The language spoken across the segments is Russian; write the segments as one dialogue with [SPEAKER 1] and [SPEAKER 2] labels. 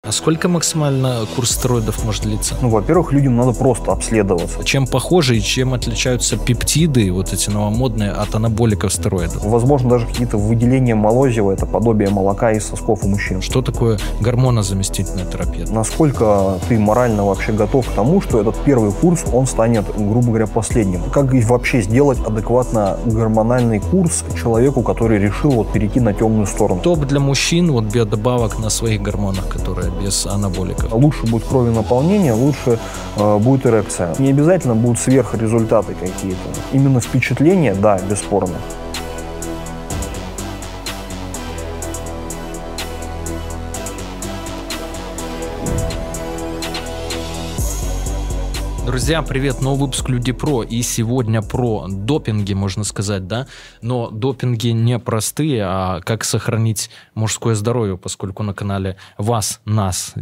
[SPEAKER 1] А сколько максимально курс стероидов может длиться?
[SPEAKER 2] Ну, во-первых, людям надо просто обследоваться.
[SPEAKER 1] Чем похожи и чем отличаются пептиды, вот эти новомодные, от анаболиков стероидов?
[SPEAKER 2] Возможно, даже какие-то выделения молозива, это подобие молока из сосков у мужчин.
[SPEAKER 1] Что такое гормонозаместительная терапия?
[SPEAKER 2] Насколько ты морально вообще готов к тому, что этот первый курс, он станет, грубо говоря, последним? Как вообще сделать адекватно гормональный курс человеку, который решил вот перейти на темную сторону?
[SPEAKER 1] Топ для мужчин, вот биодобавок на своих гормонах, которые без анаболиков.
[SPEAKER 2] Лучше будет кровенаполнение, лучше будет эрекция. Не обязательно будут сверхрезультаты какие-то. Именно впечатления, да, бесспорно.
[SPEAKER 1] Друзья, привет, новый выпуск Люди Про, и сегодня про допинги, можно сказать, да, но допинги не простые, а как сохранить мужское здоровье, поскольку на канале нас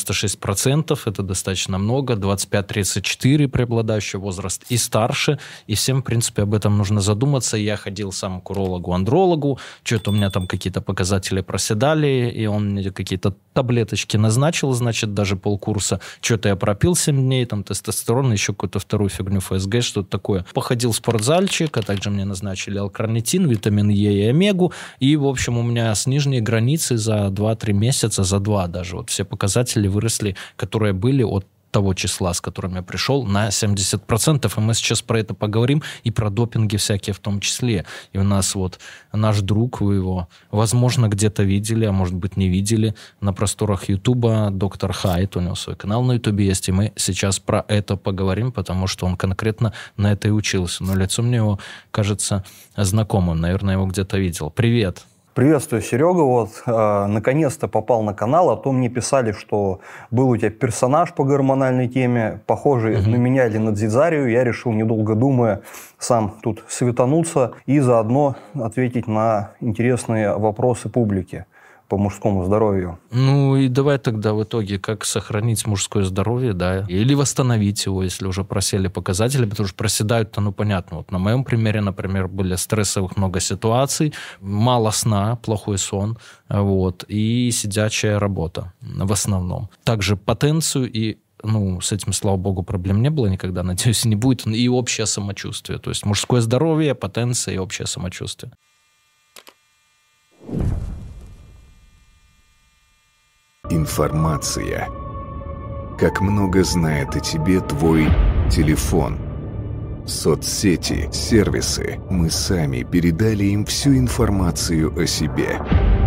[SPEAKER 1] 96%, это достаточно много, 25-34 преобладающий возраст и старше, и всем, в принципе, об этом нужно задуматься. Я ходил сам к урологу, андрологу, что-то у меня там какие-то показатели проседали, и он мне какие-то таблеточки назначил, значит, даже полкурса, что-то я пропил 7 дней, там тестостерон, еще какую-то вторую фигню ФСГ, что-то такое. Походил в спортзальчик, а также мне назначили алкарнитин, витамин Е и омегу, и, в общем, у меня с нижней границы за 2-3 месяца, за 2 даже, вот все показатели выросли, которые были от того числа, с которым я пришел, на 70%. И мы сейчас про это поговорим, и про допинги всякие в том числе. И у нас вот наш друг, вы его, возможно, где-то видели, а может быть, не видели, на просторах Ютуба, доктор Хайт, у него свой канал на Ютубе есть, и мы сейчас про это поговорим, потому что он конкретно на это и учился. Но лицо мне его кажется знакомым, наверное, его где-то видел. Привет!
[SPEAKER 2] Приветствую, Серега. Вот, наконец-то попал на канал, а то мне писали, что был у тебя персонаж по гормональной теме, похожий на меня или на Дзидзарию. Я решил, недолго думая, сам тут светануться и заодно ответить на интересные вопросы публики по мужскому здоровью.
[SPEAKER 1] Ну и давай тогда в итоге, как сохранить мужское здоровье, да, или восстановить его, если уже просели показатели, потому что проседают-то, ну понятно, вот на моем примере, например, были стрессовых много ситуаций, мало сна, плохой сон, вот, и сидячая работа в основном. Также потенцию и с этим, слава богу, проблем не было никогда, надеюсь, не будет, и общее самочувствие, то есть мужское здоровье, потенция и общее самочувствие.
[SPEAKER 3] Информация. Как много знает о тебе твой телефон. Соцсети, сервисы. Мы сами передали им всю информацию о себе.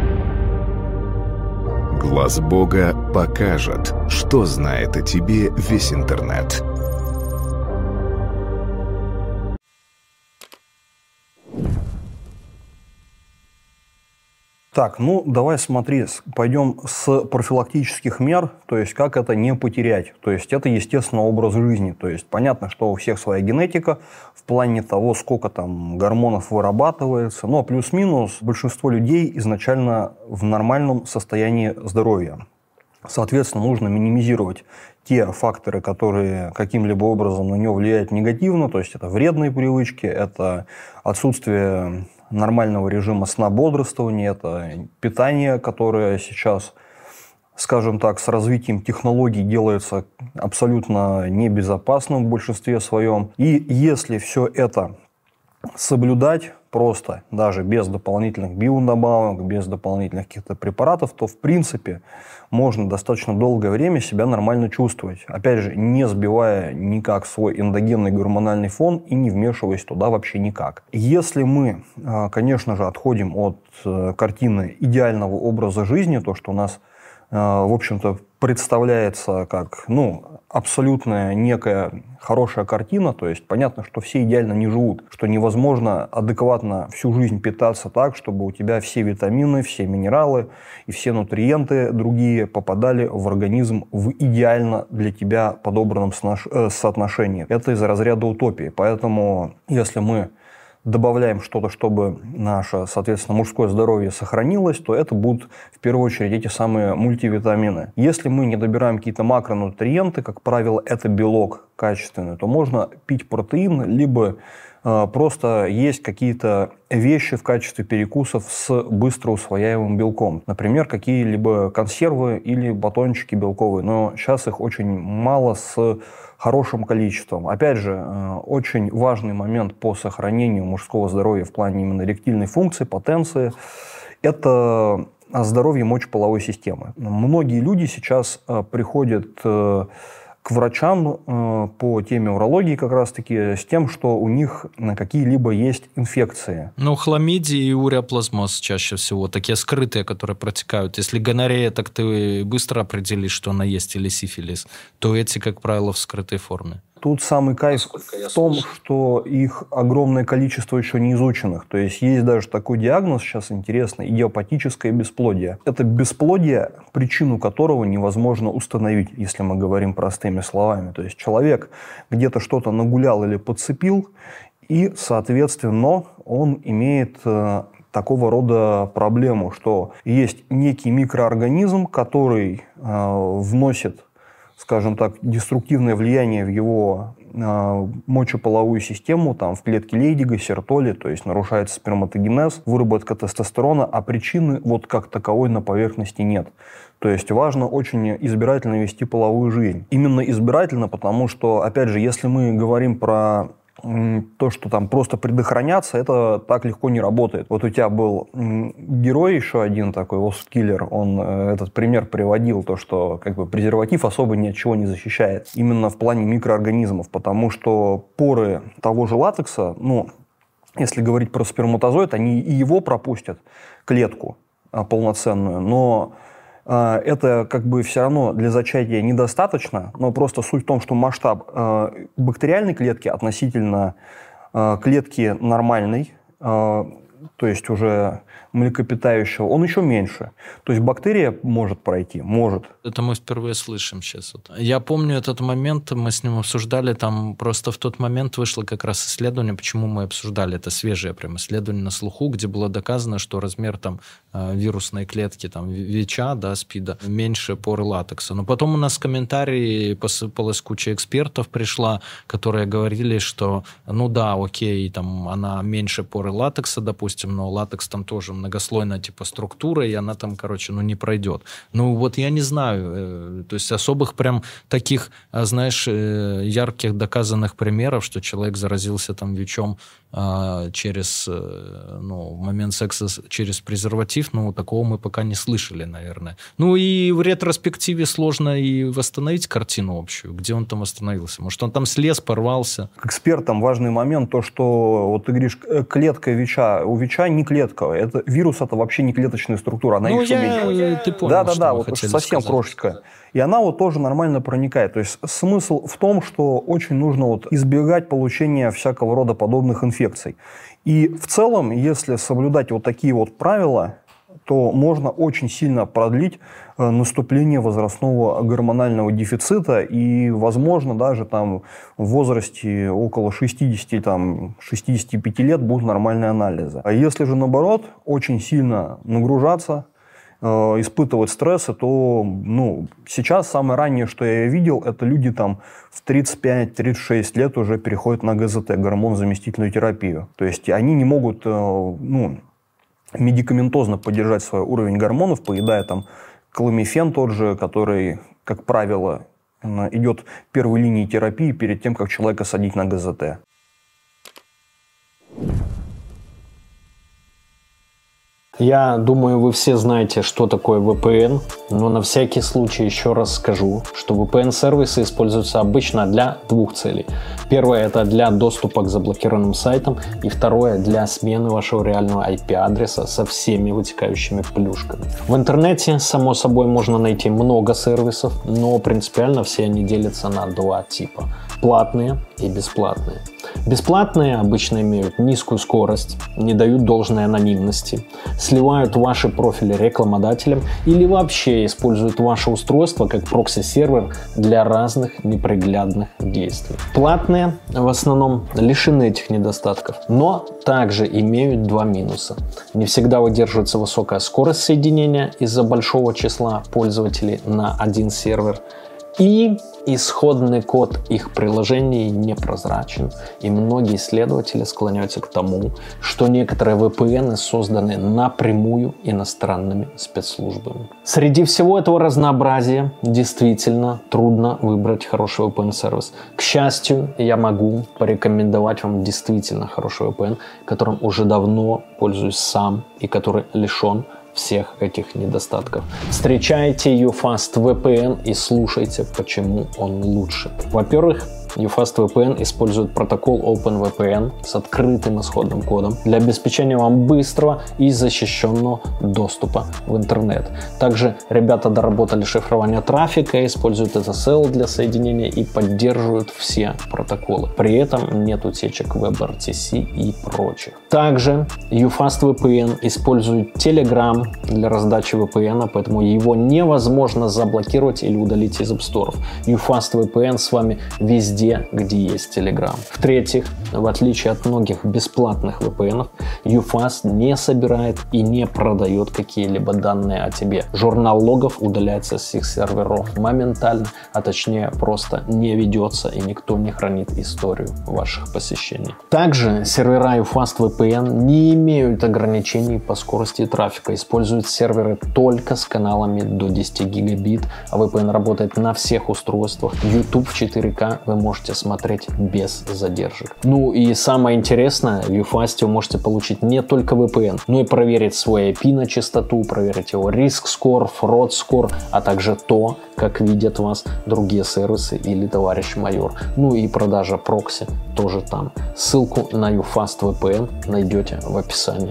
[SPEAKER 3] Глаз Бога покажет, что знает о тебе весь интернет.
[SPEAKER 2] Так, давай смотри, пойдем с профилактических мер, то есть как это не потерять. То есть это, естественно, образ жизни. То есть понятно, что у всех своя генетика в плане того, сколько там гормонов вырабатывается. Но плюс-минус большинство людей изначально в нормальном состоянии здоровья. Соответственно, нужно минимизировать те факторы, которые каким-либо образом на него влияют негативно. То есть это вредные привычки, это отсутствие нормального режима сна, бодрствования, это питание, которое сейчас, скажем так, с развитием технологий делается абсолютно небезопасным в большинстве своем. И если все это соблюдать просто, даже без дополнительных биодобавок, без дополнительных каких-то препаратов, то, в принципе, можно достаточно долгое время себя нормально чувствовать. Опять же, не сбивая никак свой эндогенный гормональный фон и не вмешиваясь туда вообще никак. Если мы, конечно же, отходим от картины идеального образа жизни, то, что у нас, в общем-то, представляется как, абсолютная некая хорошая картина, то есть понятно, что все идеально не живут, что невозможно адекватно всю жизнь питаться так, чтобы у тебя все витамины, все минералы и все нутриенты другие попадали в организм в идеально для тебя подобранном соотношении. Это из разряда утопии, поэтому если мы добавляем что-то, чтобы наше, соответственно, мужское здоровье сохранилось, то это будут в первую очередь эти самые мультивитамины. Если мы не добираем какие-то макронутриенты, как правило, это белок качественный, то можно пить протеин, либо просто есть какие-то вещи в качестве перекусов с быстро усвояемым белком. Например, какие-либо консервы или батончики белковые. Но сейчас их очень мало с хорошим количеством. Опять же, очень важный момент по сохранению мужского здоровья в плане именно эректильной функции, потенции – это здоровье мочеполовой системы. Многие люди сейчас приходят к врачам по теме урологии как раз-таки с тем, что у них какие-либо есть инфекции.
[SPEAKER 1] Ну, хламидия и уреоплазмоз чаще всего, такие скрытые, которые протекают. Если гонорея, так ты быстро определишь, что она есть, или сифилис, то эти, как правило, в скрытой форме.
[SPEAKER 2] Тут самый кайф в том, что их огромное количество еще не изученных. То есть есть даже такой диагноз сейчас интересный – идиопатическое бесплодие. Это бесплодие, причину которого невозможно установить, если мы говорим простыми словами. То есть человек где-то что-то нагулял или подцепил, и, соответственно, он имеет такого рода проблему, что есть некий микроорганизм, который вносит, скажем так, деструктивное влияние в его мочеполовую систему, там, в клетки Лейдига, Сертоли, то есть нарушается сперматогенез, выработка тестостерона, а причины вот как таковой на поверхности нет. То есть важно очень избирательно вести половую жизнь. Именно избирательно, потому что, опять же, если мы говорим про то, что там просто предохраняться, это так легко не работает. Вот у тебя был герой еще один такой, Лост-киллер, он этот пример приводил, то, что как бы презерватив особо ни от чего не защищает. Именно в плане микроорганизмов, потому что поры того же латекса, ну, если говорить про сперматозоид, они и его пропустят, клетку полноценную, но это как бы все равно для зачатия недостаточно, но просто суть в том, что масштаб бактериальной клетки относительно клетки нормальной, то есть уже млекопитающего, он еще меньше. То есть бактерия может пройти, может.
[SPEAKER 1] Это мы впервые слышим сейчас. Я помню этот момент, мы с ним обсуждали, там просто в тот момент вышло как раз исследование, почему мы обсуждали, это свежее прям исследование на слуху, где было доказано, что размер там вирусной клетки, там ВИЧа, да, СПИДа, меньше поры латекса. Но потом у нас в комментарии посыпалась куча экспертов пришла, которые говорили, что ну да, окей, там она меньше поры латекса, допустим, но латекс там тоже многослойная типа структура, и она там, короче, ну не пройдет. Ну вот я не знаю, то есть особых прям таких, знаешь, ярких доказанных примеров, что человек заразился там ВИЧом через, ну, в момент секса через презерватив, ну, такого мы пока не слышали, наверное. Ну, и в ретроспективе сложно и восстановить картину общую, где он там восстановился. Может, он там слез, порвался.
[SPEAKER 2] К экспертам важный момент, то, что, вот ты говоришь, клетка ВИЧа, у ВИЧа не клетка, это, вирус это вообще не клеточная структура, она еще меньше.
[SPEAKER 1] Ты понял,
[SPEAKER 2] да, вот совсем сказать. Крошечка. И она вот тоже нормально проникает. То есть смысл в том, что очень нужно вот избегать получения всякого рода подобных инфекций. И в целом, если соблюдать вот такие вот правила, то можно очень сильно продлить наступление возрастного гормонального дефицита и, возможно, даже там в возрасте около 60, там, 65 лет будут нормальные анализы. А если же, наоборот, очень сильно нагружаться, испытывать стрессы, то ну, сейчас самое раннее, что я видел, это люди там в 35-36 лет уже переходят на ГЗТ, гормонозаместительную терапию. То есть они не могут ну, медикаментозно поддержать свой уровень гормонов, поедая там кламифен тот же, который, как правило, идет первой линии терапии перед тем, как человека садить на ГЗТ.
[SPEAKER 4] Я думаю, вы все знаете, что такое VPN, но на всякий случай еще раз скажу, что VPN-сервисы используются обычно для двух целей. Первое – это для доступа к заблокированным сайтам, и второе – для смены вашего реального IP-адреса со всеми вытекающими плюшками. В интернете, само собой, можно найти много сервисов, но принципиально все они делятся на два типа – платные и бесплатные. Бесплатные обычно имеют низкую скорость, не дают должной анонимности, сливают ваши профили рекламодателям или вообще используют ваше устройство как прокси-сервер для разных неприглядных действий. Платные в основном лишены этих недостатков, но также имеют два минуса. Не всегда выдерживается высокая скорость соединения из-за большого числа пользователей на один сервер. И исходный код их приложений непрозрачен. И многие исследователи склоняются к тому, что некоторые VPN созданы напрямую иностранными спецслужбами. Среди всего этого разнообразия действительно трудно выбрать хороший VPN-сервис. К счастью, я могу порекомендовать вам действительно хороший VPN, которым уже давно пользуюсь сам и который лишен всех этих недостатков. Встречайте UFast VPN и слушайте, почему он лучше. Во-первых, UFast VPN использует протокол OpenVPN с открытым исходным кодом для обеспечения вам быстрого и защищенного доступа в интернет. Также ребята доработали шифрование трафика, используют SSL для соединения и поддерживают все протоколы. При этом нет утечек WebRTC и прочих. Также UFast VPN использует Telegram для раздачи VPN, поэтому его невозможно заблокировать или удалить из App Store. UFast VPN с вами везде, где есть Telegram. В-третьих, в отличие от многих бесплатных VPN, UFast не собирает и не продает какие-либо данные о тебе. Журнал логов удаляется с их серверов моментально, а точнее просто не ведется, и никто не хранит историю ваших посещений. Также сервера UFast VPN не имеют ограничений по скорости трафика, используют серверы только с каналами до 10 гигабит, а VPN работает на всех устройствах. YouTube в 4К вы можете смотреть без задержек. Ну и самое интересное, в UFast вы можете получить не только VPN, но и проверить свой IP на чистоту, проверить его Risk Score, Fraud Score, а также то, как видят вас другие сервисы или товарищ майор. Ну и продажа прокси тоже там. Ссылку на UFast VPN найдете в описании.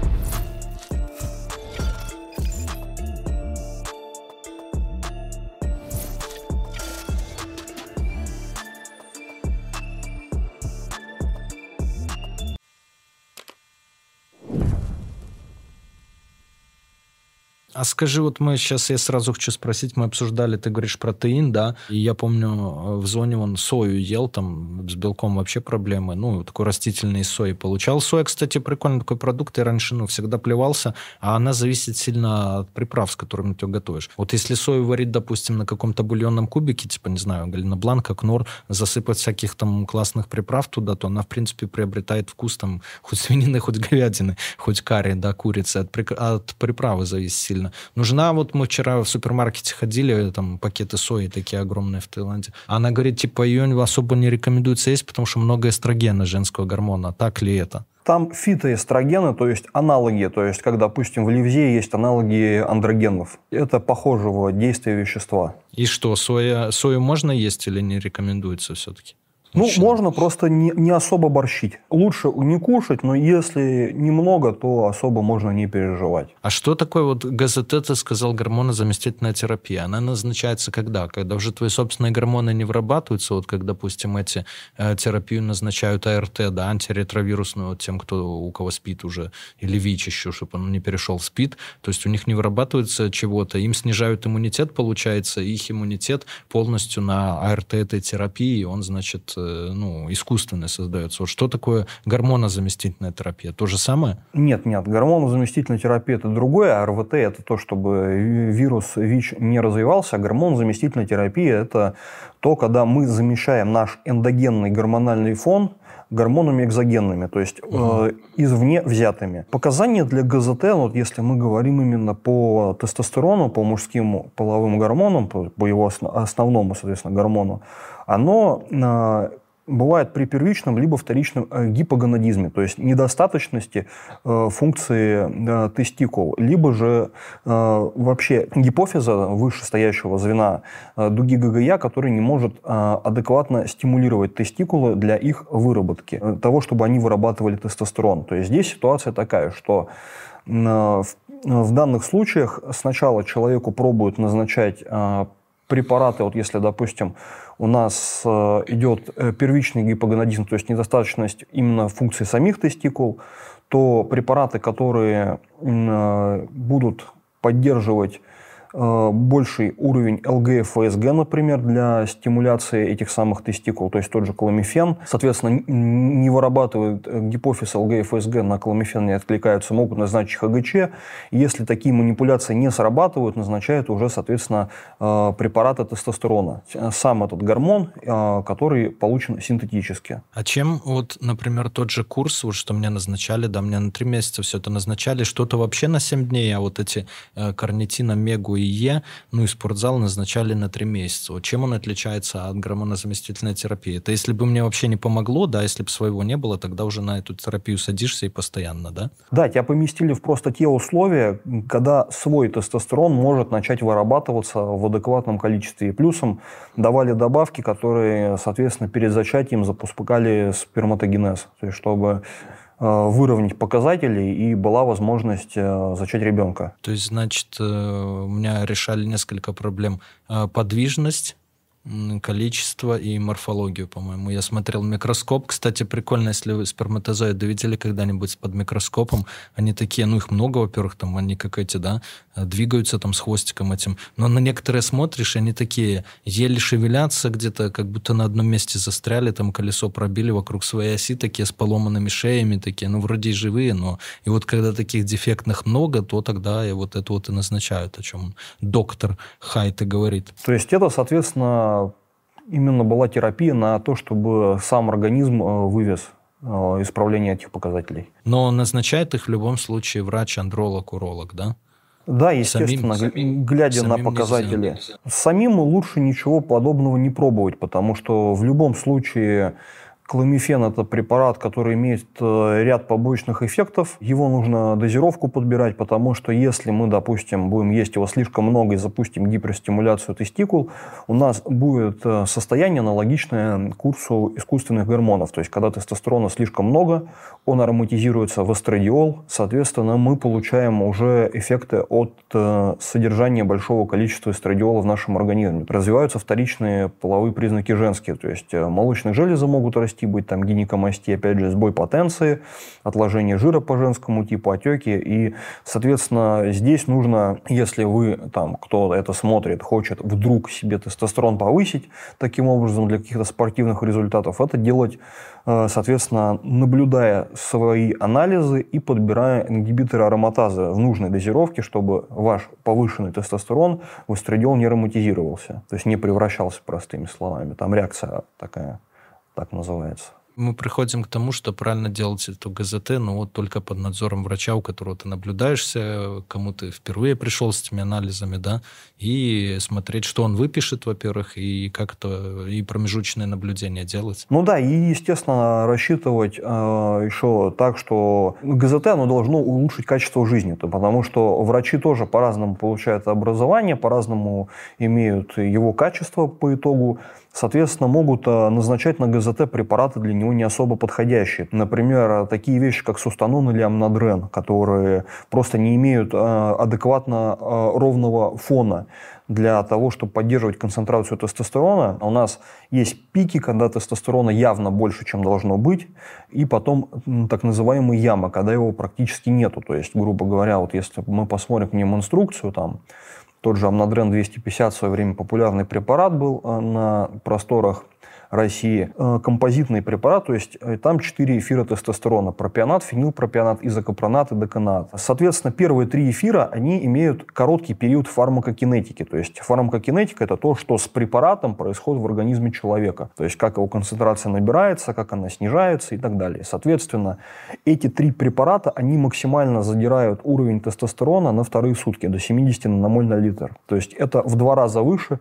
[SPEAKER 1] А скажи, вот я сразу хочу спросить, мы обсуждали, ты говоришь, протеин, да, и я помню, в зоне он сою ел, там с белком вообще проблемы, такой растительный из сои получал. Соя, кстати, прикольный такой продукт, я раньше, всегда плевался, а она зависит сильно от приправ, с которыми ты готовишь. Вот если сою варить, допустим, на каком-то бульонном кубике, типа, не знаю, Галина Бланка, Кнор, засыпать всяких там классных приправ туда, то она, в принципе, приобретает вкус там хоть свинины, хоть говядины, хоть карри, да, курицы, от приправы зависит сильно. Но жена, вот мы вчера в супермаркете ходили, там пакеты сои такие огромные в Таиланде. Она говорит, типа, ее особо не рекомендуется есть, потому что много эстрогена, женского гормона. Так ли это?
[SPEAKER 2] Там фитоэстрогены, то есть аналоги, то есть, как, допустим, в ливзе есть аналоги андрогенов. Это похожего действия вещества.
[SPEAKER 1] И что, сою можно есть или не рекомендуется все-таки?
[SPEAKER 2] Можно просто не особо борщить. Лучше не кушать, но если немного, то особо можно не переживать.
[SPEAKER 1] А что такое вот ГЗТ, ты сказал, гормонозаместительная терапия? Она назначается когда? Когда уже твои собственные гормоны не вырабатываются, вот как, допустим, терапию назначают АРТ, да, антиретровирусную, вот тем, у кого СПИД уже, или ВИЧ еще, чтобы он не перешел в СПИД, то есть у них не вырабатывается чего-то, им снижают иммунитет, получается, их иммунитет полностью на АРТ этой терапии, он, значит, искусственно создается. Вот что такое гормонозаместительная терапия? То же самое?
[SPEAKER 2] Нет. Гормонозаместительная терапия – это другое, а РВТ – это то, чтобы вирус ВИЧ не развивался. А гормонозаместительная терапия – это то, когда мы замещаем наш эндогенный гормональный фон гормонами экзогенными, то есть извне взятыми. Показания для ГЗТ, вот если мы говорим именно по тестостерону, по мужским половым гормонам, по его основному, соответственно, гормону, оно бывает при первичном либо вторичном гипогонадизме, то есть недостаточности функции тестикул, либо же вообще гипофиза вышестоящего звена дуги ГГЯ, который не может адекватно стимулировать тестикулы для их выработки, того, чтобы они вырабатывали тестостерон. То есть здесь ситуация такая, что в данных случаях сначала человеку пробуют назначать препараты, вот если, допустим, у нас идет первичный гипогонадизм, то есть недостаточность именно функции самих тестикул, то препараты, которые будут поддерживать больший уровень ЛГ-ФСГ, например, для стимуляции этих самых тестикул, то есть тот же кламифен. Соответственно, не вырабатывает гипофиз ЛГ-ФСГ, на кламифен не откликаются, могут назначить ХГЧ. Если такие манипуляции не срабатывают, назначают уже, соответственно, препараты тестостерона. Сам этот гормон, который получен синтетически.
[SPEAKER 1] А чем, вот, например, тот же курс, вот, что мне назначали, да, мне на 3 месяца все это назначали, что-то вообще на 7 дней, а вот эти карнитин, омегу и Е, ну и спортзал назначали на 3 месяца. Вот чем он отличается от гормонозаместительной терапии? Это если бы мне вообще не помогло, да, если бы своего не было, тогда уже на эту терапию садишься и постоянно, да?
[SPEAKER 2] Да, тебя поместили в просто те условия, когда свой тестостерон может начать вырабатываться в адекватном количестве. И плюсом давали добавки, которые, соответственно, перед зачатием запускали сперматогенез. То есть, чтобы выровнять показатели и была возможность зачать ребенка.
[SPEAKER 1] То есть, значит, у меня решали несколько проблем. Подвижность, количество и морфологию, по-моему. Я смотрел микроскоп. Кстати, прикольно, если вы сперматозоиды видели когда-нибудь под микроскопом. Они такие, ну их много, во-первых, там они как эти, да, двигаются там с хвостиком этим. Но на некоторые смотришь, они такие еле шевелятся где-то, как будто на одном месте застряли, там колесо пробили вокруг своей оси, такие с поломанными шеями, такие, ну вроде и живые, но... И вот когда таких дефектных много, то тогда и вот это вот и назначают, о чем доктор Хайт и говорит.
[SPEAKER 2] То есть это, соответственно, именно была терапия на то, чтобы сам организм вывез исправление этих показателей.
[SPEAKER 1] Но назначает их в любом случае врач, андролог, уролог, да?
[SPEAKER 2] Да, естественно, глядя на показатели. Нельзя. Самим лучше ничего подобного не пробовать, потому что в любом случае кламифен – это препарат, который имеет ряд побочных эффектов. Его нужно дозировку подбирать, потому что если мы, допустим, будем есть его слишком много и запустим гиперстимуляцию тестикул, у нас будет состояние аналогичное курсу искусственных гормонов. То есть, когда тестостерона слишком много, он ароматизируется в эстрадиол, соответственно, мы получаем уже эффекты от содержания большого количества эстрадиола в нашем организме. Развиваются вторичные половые признаки женские, то есть молочные железы могут расти, быть там гинекомастия, опять же, сбой потенции, отложение жира по женскому типу, отеки. И, соответственно, здесь нужно, если вы, там, кто это смотрит, хочет вдруг себе тестостерон повысить таким образом для каких-то спортивных результатов, это делать, соответственно, наблюдая свои анализы и подбирая ингибиторы ароматазы в нужной дозировке, чтобы ваш повышенный тестостерон в эстрадиол не ароматизировался, то есть не превращался, простыми словами. Там реакция такая. Так называется.
[SPEAKER 1] Мы приходим к тому, что правильно делать эту ГЗТ, но вот только под надзором врача, у которого ты наблюдаешься, кому ты впервые пришел с этими анализами, да, и смотреть, что он выпишет, во-первых, и как это, и промежуточное наблюдение делать.
[SPEAKER 2] Ну да, и, естественно, рассчитывать еще так, что ГЗТ, оно должно улучшить качество жизни, потому что врачи тоже по-разному получают образование, по-разному имеют его качество по итогу. Соответственно, могут назначать на ГЗТ препараты для него не особо подходящие. Например, такие вещи, как сустанон или амнодрен, которые просто не имеют адекватно ровного фона для того, чтобы поддерживать концентрацию тестостерона. У нас есть пики, когда тестостерона явно больше, чем должно быть, и потом так называемые ямы, когда его практически нету. То есть, грубо говоря, вот если мы посмотрим к ним инструкцию, там, тот же амнодрен 250 в свое время популярный препарат был на просторах России. Композитный препарат, то есть там 4 эфира тестостерона: пропионат, фенилпропионат, изокапронат и деканат. Соответственно, первые 3 эфира, они имеют короткий период фармакокинетики. То есть фармакокинетика – это то, что с препаратом происходит в организме человека. То есть как его концентрация набирается, как она снижается и так далее. Соответственно, эти 3 препарата, они максимально задирают уровень тестостерона на вторые сутки, до 70 наномоль на литр. То есть это в 2 раза выше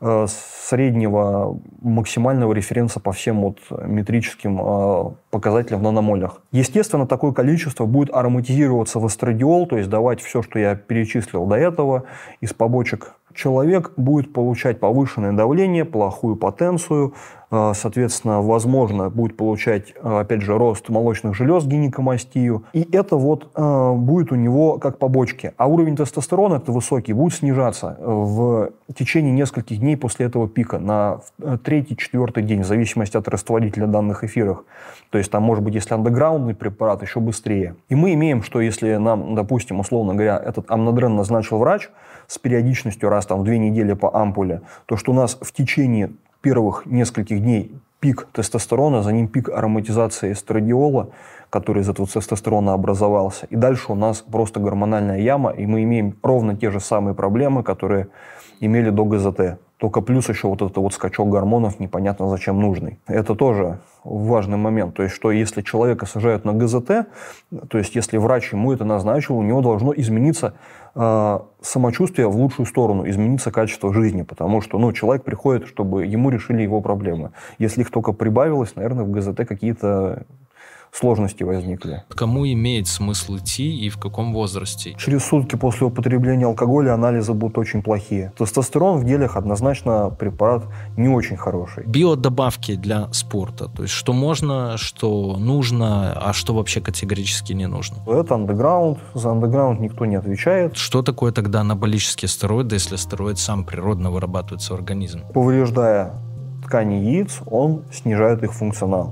[SPEAKER 2] среднего максимального референса по всем вот метрическим показателям в наномолях. Естественно, такое количество будет ароматизироваться в эстрадиол, то есть давать все, что я перечислил до этого из побочек. Человек будет получать повышенное давление, плохую потенцию, соответственно, возможно, будет получать, опять же, рост молочных желез, гинекомастию. И это вот будет у него как побочки. А уровень тестостерона, это высокий, будет снижаться в течение нескольких дней после этого пика на 3-4 день, в зависимости от растворителя данных эфиров. То есть там, может быть, если андеграундный препарат, еще быстрее. И мы имеем, что если нам, допустим, условно говоря, этот амнодрен назначил врач, с периодичностью раз в 2 недели по ампуле, то что у нас в течение первых нескольких дней пик тестостерона, за ним пик ароматизации эстрадиола, который из этого тестостерона образовался. И дальше у нас просто гормональная яма, и мы имеем ровно те же самые проблемы, которые имели до ГЗТ. Только плюс еще вот этот вот скачок гормонов непонятно зачем нужный. Это тоже важный момент. То есть, что если человека сажают на ГЗТ, то есть, если врач ему это назначил, у него должно измениться самочувствие в лучшую сторону, измениться качество жизни. Потому что человек приходит, чтобы ему решили его проблемы. Если их только прибавилось, наверное, в ГЗТ какие-то сложности возникли.
[SPEAKER 1] Кому имеет смысл идти и в каком возрасте?
[SPEAKER 2] Через сутки после употребления алкоголя анализы будут очень плохие. Тестостерон в гелях однозначно препарат не очень хороший.
[SPEAKER 1] Биодобавки для спорта. То есть, что можно, что нужно, а что вообще категорически не нужно?
[SPEAKER 2] Это андеграунд. За андеграунд никто не отвечает.
[SPEAKER 1] Что такое тогда анаболические стероиды, если стероид сам природно вырабатывается в организме?
[SPEAKER 2] Повреждая ткани яиц, он снижает их функционал.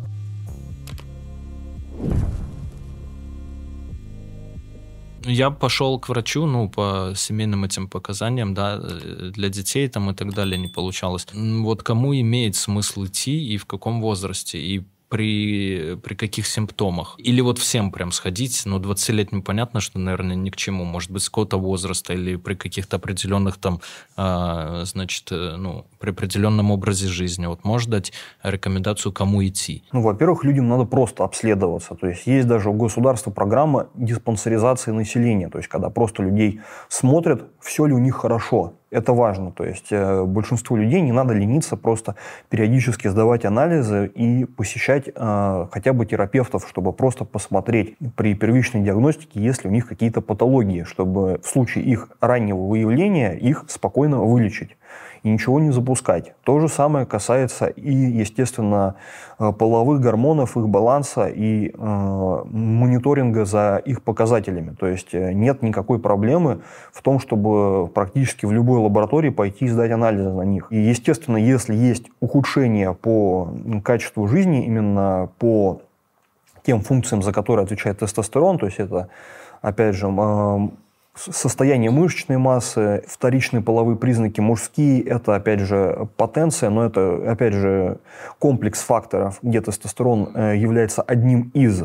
[SPEAKER 1] Я пошел к врачу, по семейным этим показаниям, да, для детей там и так далее не получалось. Вот кому имеет смысл идти и в каком возрасте, и при каких симптомах? Или вот всем прям сходить, 20-летним понятно, что, наверное, ни к чему. Может быть, с какого-то возраста или при каких-то определенных при определенном образе жизни. Вот можешь дать рекомендацию, кому идти?
[SPEAKER 2] Во-первых, людям надо просто обследоваться. То есть даже у государства программа диспансеризации населения. То есть когда просто людей смотрят, все ли у них хорошо. Это важно. То есть большинству людей не надо лениться, просто периодически сдавать анализы и посещать хотя бы терапевтов, чтобы просто посмотреть при первичной диагностике, есть ли у них какие-то патологии, чтобы в случае их раннего выявления их спокойно вылечить и ничего не запускать. То же самое касается и, естественно, половых гормонов, их баланса и мониторинга за их показателями. То есть нет никакой проблемы в том, чтобы практически в любой лаборатории пойти и сдать анализы на них. И, естественно, если есть ухудшение по качеству жизни, именно по тем функциям, за которые отвечает тестостерон, то есть это, опять же, состояние мышечной массы, вторичные половые признаки мужские, это, опять же, потенция, но это, опять же, комплекс факторов, где тестостерон является одним из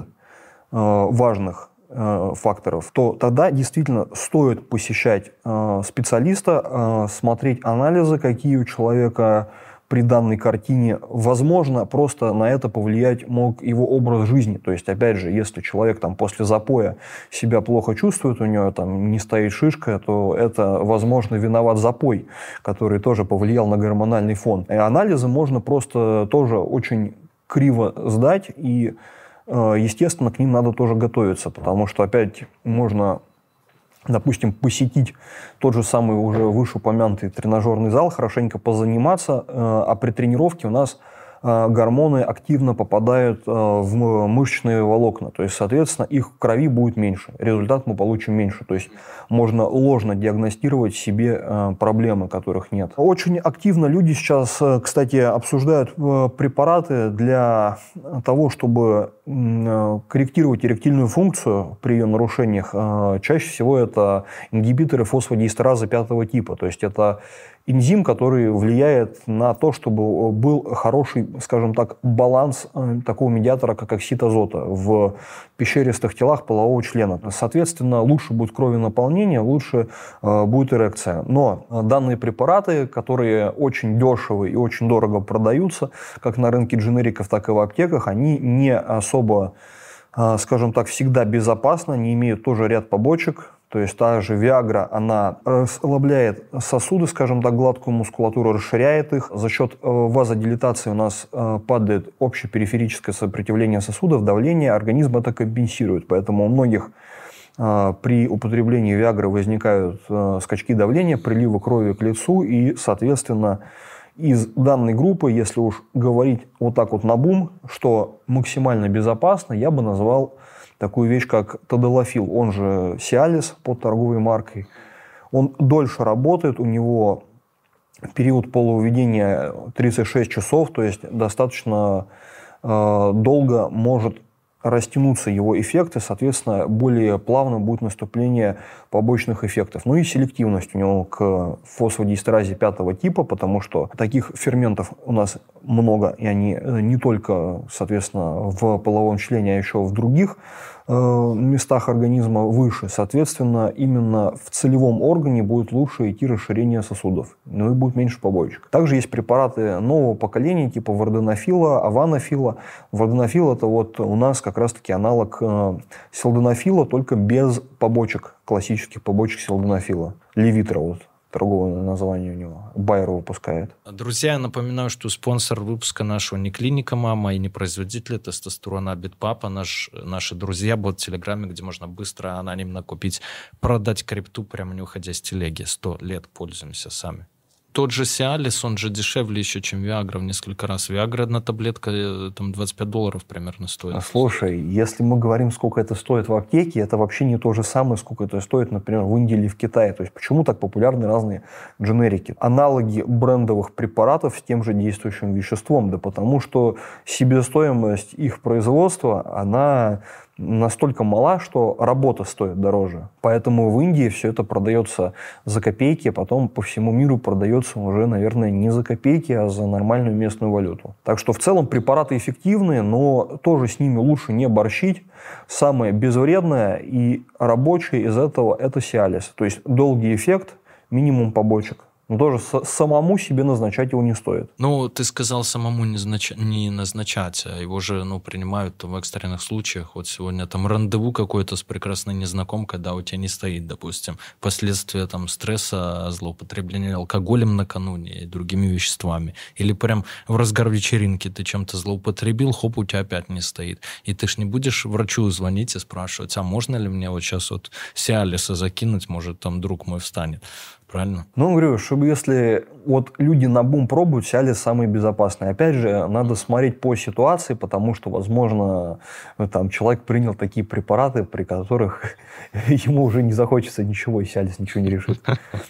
[SPEAKER 2] важных факторов, то тогда действительно стоит посещать специалиста, смотреть анализы, какие у человека при данной картине. Возможно, просто на это повлиять мог его образ жизни. То есть, опять же, если человек после запоя себя плохо чувствует, у него не стоит шишка, то это, возможно, виноват запой, который тоже повлиял на гормональный фон. И анализы можно просто тоже очень криво сдать, и, естественно, к ним надо тоже готовиться, потому что опять можно, допустим, посетить тот же самый уже вышеупомянутый тренажерный зал, хорошенько позаниматься, а при тренировке у нас гормоны активно попадают в мышечные волокна. То есть, соответственно, их в крови будет меньше. Результат мы получим меньше. То есть можно ложно диагностировать себе проблемы, которых нет. Очень активно люди сейчас, кстати, обсуждают препараты для того, чтобы корректировать эректильную функцию при ее нарушениях. Чаще всего это ингибиторы фосфодиэстеразы 5-го типа. То есть это энзим, который влияет на то, чтобы был хороший, скажем так, баланс такого медиатора, как оксид азота в пещеристых телах полового члена. Соответственно, лучше будет кровенаполнение, лучше будет эрекция. Но данные препараты, которые очень дешевые и очень дорого продаются, как на рынке дженериков, так и в аптеках, они не особо, скажем так, всегда безопасны, они имеют тоже ряд побочек. То есть та же Виагра, она расслабляет сосуды, скажем так, гладкую мускулатуру, расширяет их. За счет вазодилатации у нас падает общее периферическое сопротивление сосудов, давление, организм это компенсирует. Поэтому у многих при употреблении Виагры возникают скачки давления, приливы крови к лицу, и, соответственно, из данной группы, если уж говорить вот так вот набум, что максимально безопасно, я бы назвал такую вещь, как Тадалафил, он же Сиалис под торговой маркой. Он дольше работает, у него период полувыведения 36 часов, то есть достаточно долго может растянуться его эффекты, соответственно, более плавно будет наступление побочных эффектов. Ну и селективность у него к фосфодиэстеразе 5-го типа, потому что таких ферментов у нас много, и они не только, соответственно, в половом члене, а еще в других местах организма выше. Соответственно, именно в целевом органе будет лучше идти расширение сосудов, ну и будет меньше побочек. Также есть препараты нового поколения, типа варденофила, аванофила. Варденофил – это вот у нас как раз-таки аналог силденафила, только без побочек, классических побочек силденафила. Левитра вот. Торговое название у него. Байер выпускает.
[SPEAKER 1] Друзья, я напоминаю, что спонсор выпуска нашего не клиника «Мама» и не производитель тестостерона «Битпапа». Наши друзья, бот в Телеграме, где можно быстро, анонимно купить, продать крипту, прямо не уходя с телеги. 100 лет пользуемся сами. Тот же Cialis, он же дешевле еще, чем Viagra в несколько раз. Viagra одна таблетка там $25 примерно стоит.
[SPEAKER 2] Слушай, если мы говорим, сколько это стоит в аптеке, это вообще не то же самое, сколько это стоит, например, в Индии или в Китае. То есть почему так популярны разные дженерики? Аналоги брендовых препаратов с тем же действующим веществом. Да потому что себестоимость их производства, она настолько мала, что работа стоит дороже. Поэтому в Индии все это продается за копейки, а потом по всему миру продается уже, наверное, не за копейки, а за нормальную местную валюту. Так что в целом препараты эффективные, но тоже с ними лучше не борщить. Самое безвредное и рабочее из этого – это Cialis. То есть долгий эффект, минимум побочек. Но тоже самому себе назначать его не стоит.
[SPEAKER 1] Ну, ты сказал самому не назначать, а его же принимают в экстренных случаях. Вот сегодня там рандеву какое-то с прекрасной незнакомкой, да, у тебя не стоит, допустим, последствия там стресса, злоупотребления алкоголем накануне и другими веществами. Или прям в разгар вечеринки ты чем-то злоупотребил, хоп, у тебя опять не стоит. И ты ж не будешь врачу звонить и спрашивать, а можно ли мне вот сейчас вот Cialis закинуть, может там друг мой встанет. Правильно?
[SPEAKER 2] Ну, говорю, чтобы если вот люди наобум пробуют, Cialis самый безопасный. Опять же, надо смотреть по ситуации, потому что, возможно, там человек принял такие препараты, при которых ему уже не захочется ничего, и Cialis ничего не решит.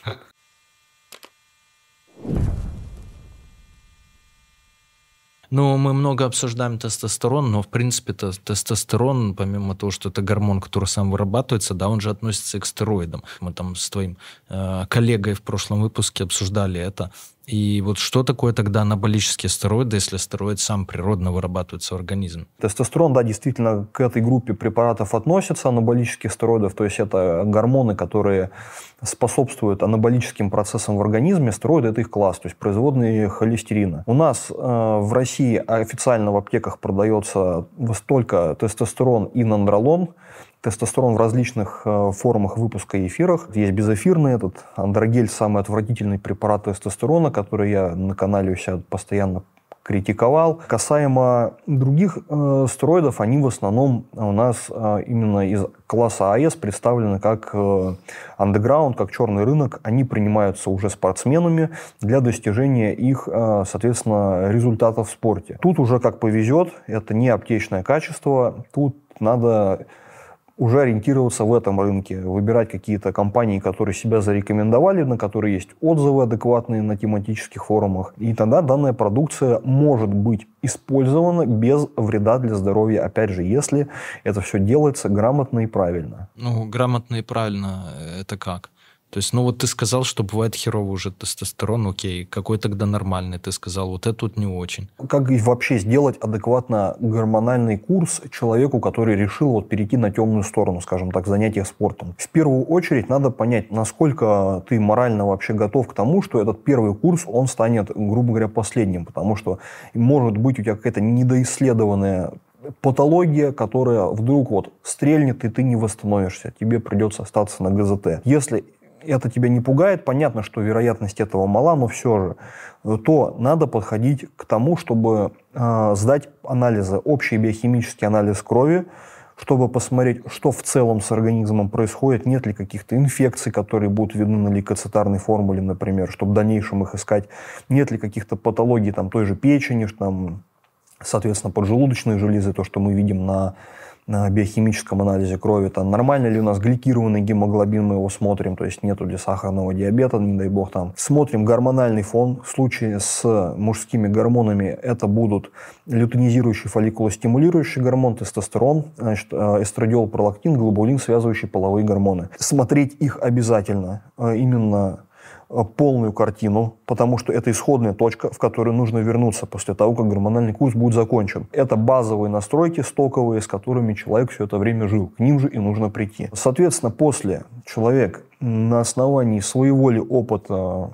[SPEAKER 1] Ну, мы много обсуждаем тестостерон, но, в принципе, тестостерон, помимо того, что это гормон, который сам вырабатывается, да, он же относится и к стероидам. Мы там с твоим коллегой в прошлом выпуске обсуждали это. И вот что такое тогда анаболические стероиды, если стероид сам природно вырабатывается в организме?
[SPEAKER 2] Тестостерон, да, действительно к этой группе препаратов относится, анаболических стероидов, то есть это гормоны, которые способствуют анаболическим процессам в организме. Стероиды – это их класс, то есть производные холестерина. У нас в России официально в аптеках продается только тестостерон и нандролон. Тестостерон в различных формах выпуска и эфирах. Есть безэфирный этот андрогель, самый отвратительный препарат тестостерона, который я на канале у себя постоянно критиковал. Касаемо других стероидов, они в основном у нас именно из класса АС представлены как андеграунд, как черный рынок. Они принимаются уже спортсменами для достижения их, соответственно, результатов в спорте. Тут уже как повезет, это не аптечное качество, тут надо уже ориентироваться в этом рынке, выбирать какие-то компании, которые себя зарекомендовали, на которые есть отзывы адекватные на тематических форумах. И тогда данная продукция может быть использована без вреда для здоровья, опять же, если это все делается грамотно и правильно.
[SPEAKER 1] Ну, грамотно и правильно – это как? То есть, ну вот ты сказал, что бывает херовый уже тестостерон, окей, какой тогда нормальный? Ты сказал, вот это вот не очень.
[SPEAKER 2] Как вообще сделать адекватно гормональный курс человеку, который решил вот перейти на темную сторону, скажем так, занятия спортом? В первую очередь надо понять, насколько ты морально вообще готов к тому, что этот первый курс, он станет, грубо говоря, последним, потому что может быть у тебя какая-то недоисследованная патология, которая вдруг вот стрельнет, и ты не восстановишься, тебе придется остаться на ГЗТ. Если это тебя не пугает, понятно, что вероятность этого мала, но все же, то надо подходить к тому, чтобы сдать анализы, общий биохимический анализ крови, чтобы посмотреть, что в целом с организмом происходит, нет ли каких-то инфекций, которые будут видны на лейкоцитарной формуле, например, чтобы в дальнейшем их искать, нет ли каких-то патологий там, той же печени, там, соответственно, поджелудочной железы, то, что мы видим на на биохимическом анализе крови, там, нормально ли у нас гликированный гемоглобин, мы его смотрим, то есть нету ли сахарного диабета, не дай бог там. Смотрим гормональный фон. В случае с мужскими гормонами это будут лютeinизирующий фолликулостимулирующий гормон, тестостерон, значит, эстрадиол, пролактин, глобулин, связывающие половые гормоны. Смотреть их обязательно, именно полную картину, потому что это исходная точка, в которую нужно вернуться после того, как гормональный курс будет закончен. Это базовые настройки стоковые, с которыми человек все это время жил. К ним же и нужно прийти. Соответственно, после человек на основании своего ли опыта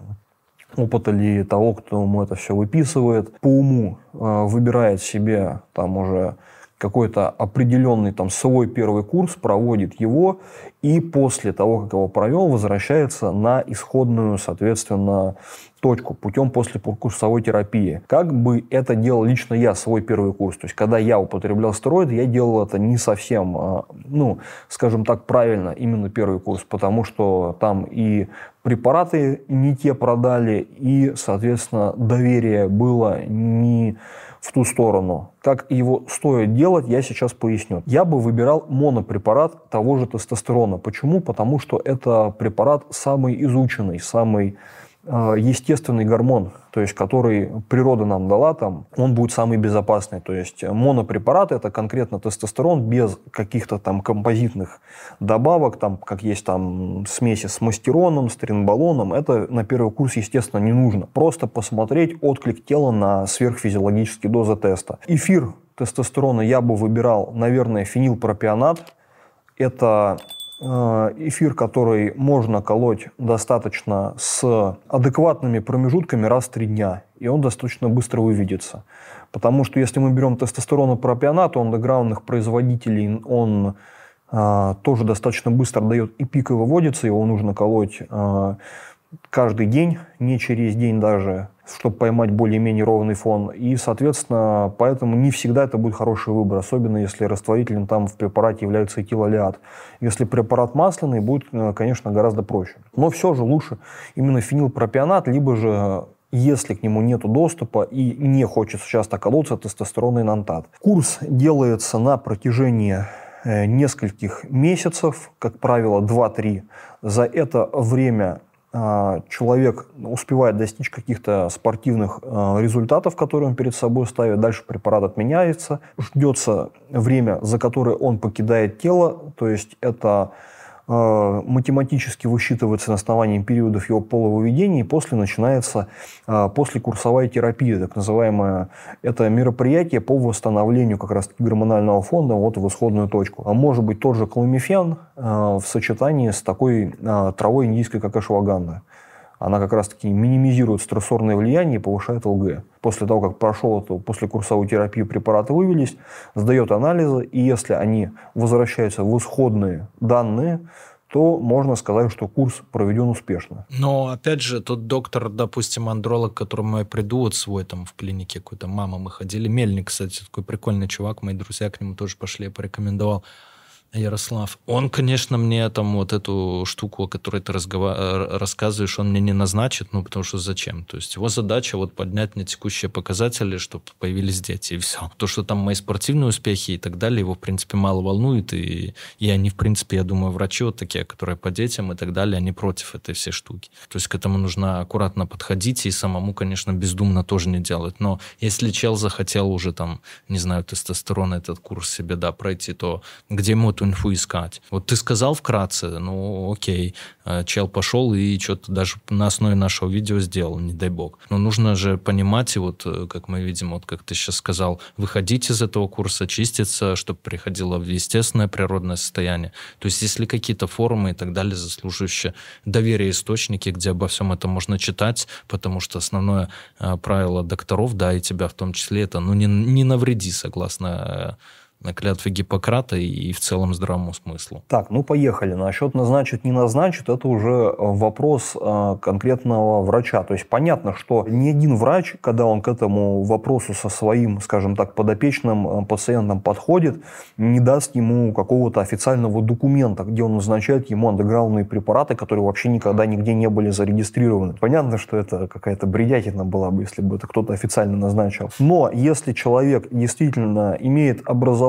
[SPEAKER 2] ли того, кто ему это все выписывает, по уму выбирает себе там уже какой-то определенный там свой первый курс, проводит его, и после того, как его провел, возвращается на исходную, соответственно, точку путем послекурсовой терапии. Как бы это делал лично я, свой первый курс. То есть, когда я употреблял стероиды, я делал это не совсем, скажем так, правильно, именно первый курс, потому что там и препараты не те продали, и, соответственно, доверие было не в ту сторону. Как его стоит делать, я сейчас поясню. Я бы выбирал монопрепарат того же тестостерона. Почему? Потому что это препарат самый изученный, самый естественный гормон, то есть который природа нам дала, там, он будет самый безопасный. То есть монопрепарат – это конкретно тестостерон без каких-то там композитных добавок, там, как есть там смеси с мастероном, с тренболоном. Это на первый курс, естественно, не нужно. Просто посмотреть отклик тела на сверхфизиологические дозы теста. Эфир тестостерона я бы выбирал, наверное, фенилпропионат. Это эфир, который можно колоть достаточно с адекватными промежутками раз в 3 дня, и он достаточно быстро выведется. Потому что если мы берем тестостеронопропионат, у андеграундных производителей он тоже достаточно быстро дает и пик, и выводится, его нужно колоть каждый день, не через день даже, чтобы поймать более-менее ровный фон. И, соответственно, поэтому не всегда это будет хороший выбор, особенно если растворителем там в препарате является этилолеат. Если препарат масляный, будет, конечно, гораздо проще. Но все же лучше именно фенилпропионат, либо же, если к нему нет доступа и не хочется часто колоться, тестостеронный нантат. Курс делается на протяжении нескольких месяцев, как правило, 2-3. За это время человек успевает достичь каких-то спортивных результатов, которые он перед собой ставит. Дальше препарат отменяется. Ждется время, за которое он покидает тело. То есть это математически высчитывается на основании периодов его половыведения, и после начинается послекурсовая терапия, так называемая. Это мероприятие по восстановлению как раз гормонального фона вот в исходную точку. А может быть тот же кламифен в сочетании с такой травой индийской, как ашваганда. Она как раз-таки минимизирует стрессорное влияние и повышает ЛГ. После того, как прошел эту послекурсовую терапию, препараты вывелись, сдает анализы, и если они возвращаются в исходные данные, то можно сказать, что курс проведен успешно.
[SPEAKER 1] Но, опять же, тот доктор, допустим, андролог, к которому я приду, вот свой там в клинике какой-то, мама, мы ходили, Мельник, кстати, такой прикольный чувак, мои друзья к нему тоже пошли, я порекомендовал. Ярослав. Он, конечно, мне там вот эту штуку, о которой ты рассказываешь, он мне не назначит, потому что зачем? То есть его задача вот поднять мне текущие показатели, чтобы появились дети, и все. То, что там мои спортивные успехи и так далее, его, в принципе, мало волнует, и они, в принципе, я думаю, врачи вот такие, которые по детям и так далее, они против этой всей штуки. То есть к этому нужно аккуратно подходить, и самому, конечно, бездумно тоже не делать. Но если чел захотел уже там, не знаю, тестостерон, этот курс себе, да, пройти, то где ему эту инфу искать? Вот ты сказал вкратце, окей, чел пошел и что-то даже на основе нашего видео сделал, не дай бог. Но нужно же понимать, и вот как мы видим, вот как ты сейчас сказал, выходить из этого курса, чиститься, чтобы приходило в естественное природное состояние. То есть если какие-то форумы и так далее, заслуживающие доверия источники, где обо всем этом можно читать, потому что основное правило докторов, да, и тебя в том числе, это не навреди, согласно на клятве Гиппократа и в целом здравому смыслу.
[SPEAKER 2] Так, поехали. Насчет назначит, не назначит, это уже вопрос конкретного врача. То есть понятно, что ни один врач, когда он к этому вопросу со своим, скажем так, подопечным пациентом подходит, не даст ему какого-то официального документа, где он назначает ему андеграундные препараты, которые вообще никогда нигде не были зарегистрированы. Понятно, что это какая-то бредятина была бы, если бы это кто-то официально назначил. Но если человек действительно имеет образование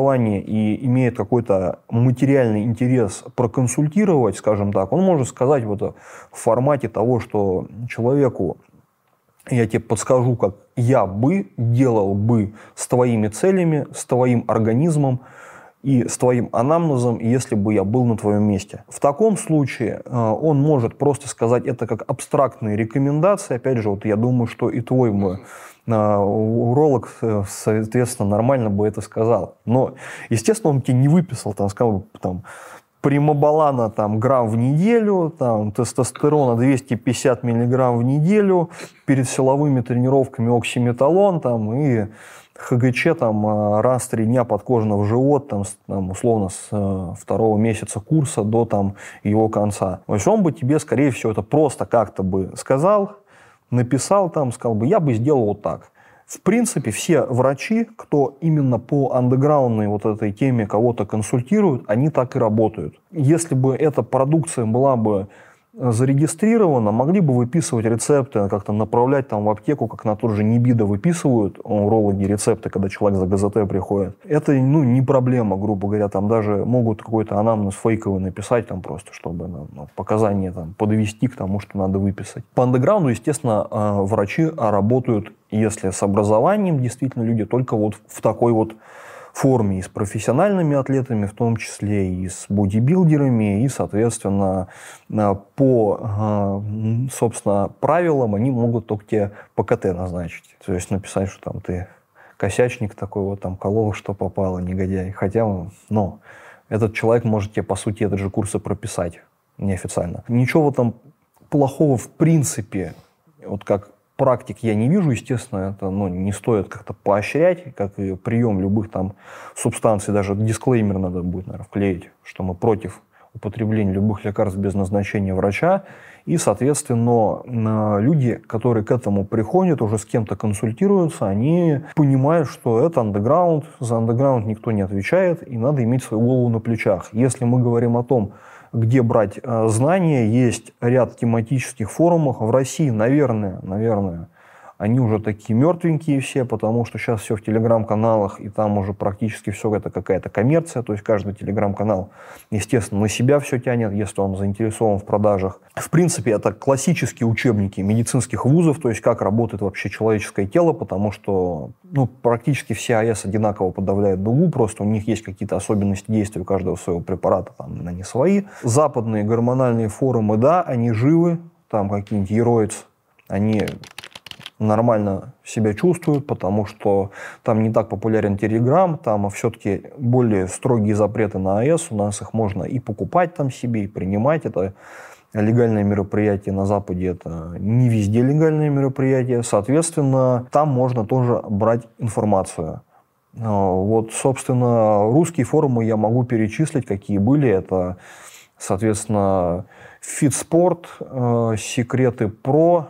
[SPEAKER 2] образование и имеет какой-то материальный интерес проконсультировать, скажем так, он может сказать вот в формате того, что человеку я тебе подскажу, как я бы делал бы с твоими целями, с твоим организмом и с твоим анамнезом, если бы я был на твоем месте. В таком случае он может просто сказать это как абстрактные рекомендации. Опять же, вот я думаю, что и твой бы уролог, соответственно, нормально бы это сказал. Но, естественно, он тебе не выписал, там, сказал, там, примаболана там, грамм в неделю, там, тестостерона 250 миллиграмм в неделю, перед силовыми тренировками оксиметалон там, и ХГЧ там, раз в 3 дня подкожно в живот, там, условно с 2-го месяца курса до там, его конца. То есть он бы тебе, скорее всего, это просто как-то бы сказал, написал там, сказал бы, я бы сделал вот так. В принципе, все врачи, кто именно по андеграундной вот этой теме кого-то консультируют, они так и работают. Если бы эта продукция была бы зарегистрирована, могли бы выписывать рецепты, как-то направлять там в аптеку, как на тот же Нибида выписывают урологи рецепты, когда человек за ГЗТ приходит. Это не проблема, грубо говоря, там даже могут какой-то анамнез фейковый написать там просто, чтобы показания там подвести к тому, что надо выписать. По андеграунду, естественно, врачи работают, если с образованием действительно люди, только вот в такой вот форме и с профессиональными атлетами, в том числе и с бодибилдерами, и, соответственно, по, собственно, правилам они могут только тебе по КТ назначить. То есть написать, что там ты косячник такой, вот там колол, что попало, негодяй. Хотя, но этот человек может тебе, по сути, этот же курс и прописать неофициально. Ничего там плохого в принципе, вот как практик я не вижу, естественно, это не стоит как-то поощрять, как и прием любых там субстанций, даже дисклеймер надо будет, наверное, вклеить, что мы против употребления любых лекарств без назначения врача, и, соответственно, люди, которые к этому приходят, уже с кем-то консультируются, они понимают, что это андеграунд, за андеграунд никто не отвечает, и надо иметь свою голову на плечах. Если мы говорим о том, где брать знания, есть ряд тематических форумов. В России, наверное, они уже такие мертвенькие все, потому что сейчас все в телеграм-каналах, и там уже практически все это какая-то коммерция, то есть каждый телеграм-канал, естественно, на себя все тянет, если он заинтересован в продажах. В принципе, это классические учебники медицинских вузов, то есть как работает вообще человеческое тело, потому что практически все АЭС одинаково подавляют дугу, просто у них есть какие-то особенности действия у каждого своего препарата, там они свои. Западные гормональные форумы, да, они живы, там какие-нибудь Ероиц, они нормально себя чувствуют, потому что там не так популярен Телеграм, там все-таки более строгие запреты на АЭС, у нас их можно и покупать там себе, и принимать, это легальное мероприятие, на Западе это не везде легальное мероприятие, соответственно, там можно тоже брать информацию. Вот, собственно, русские форумы я могу перечислить, какие были, это, соответственно, Фитспорт, Секреты Про,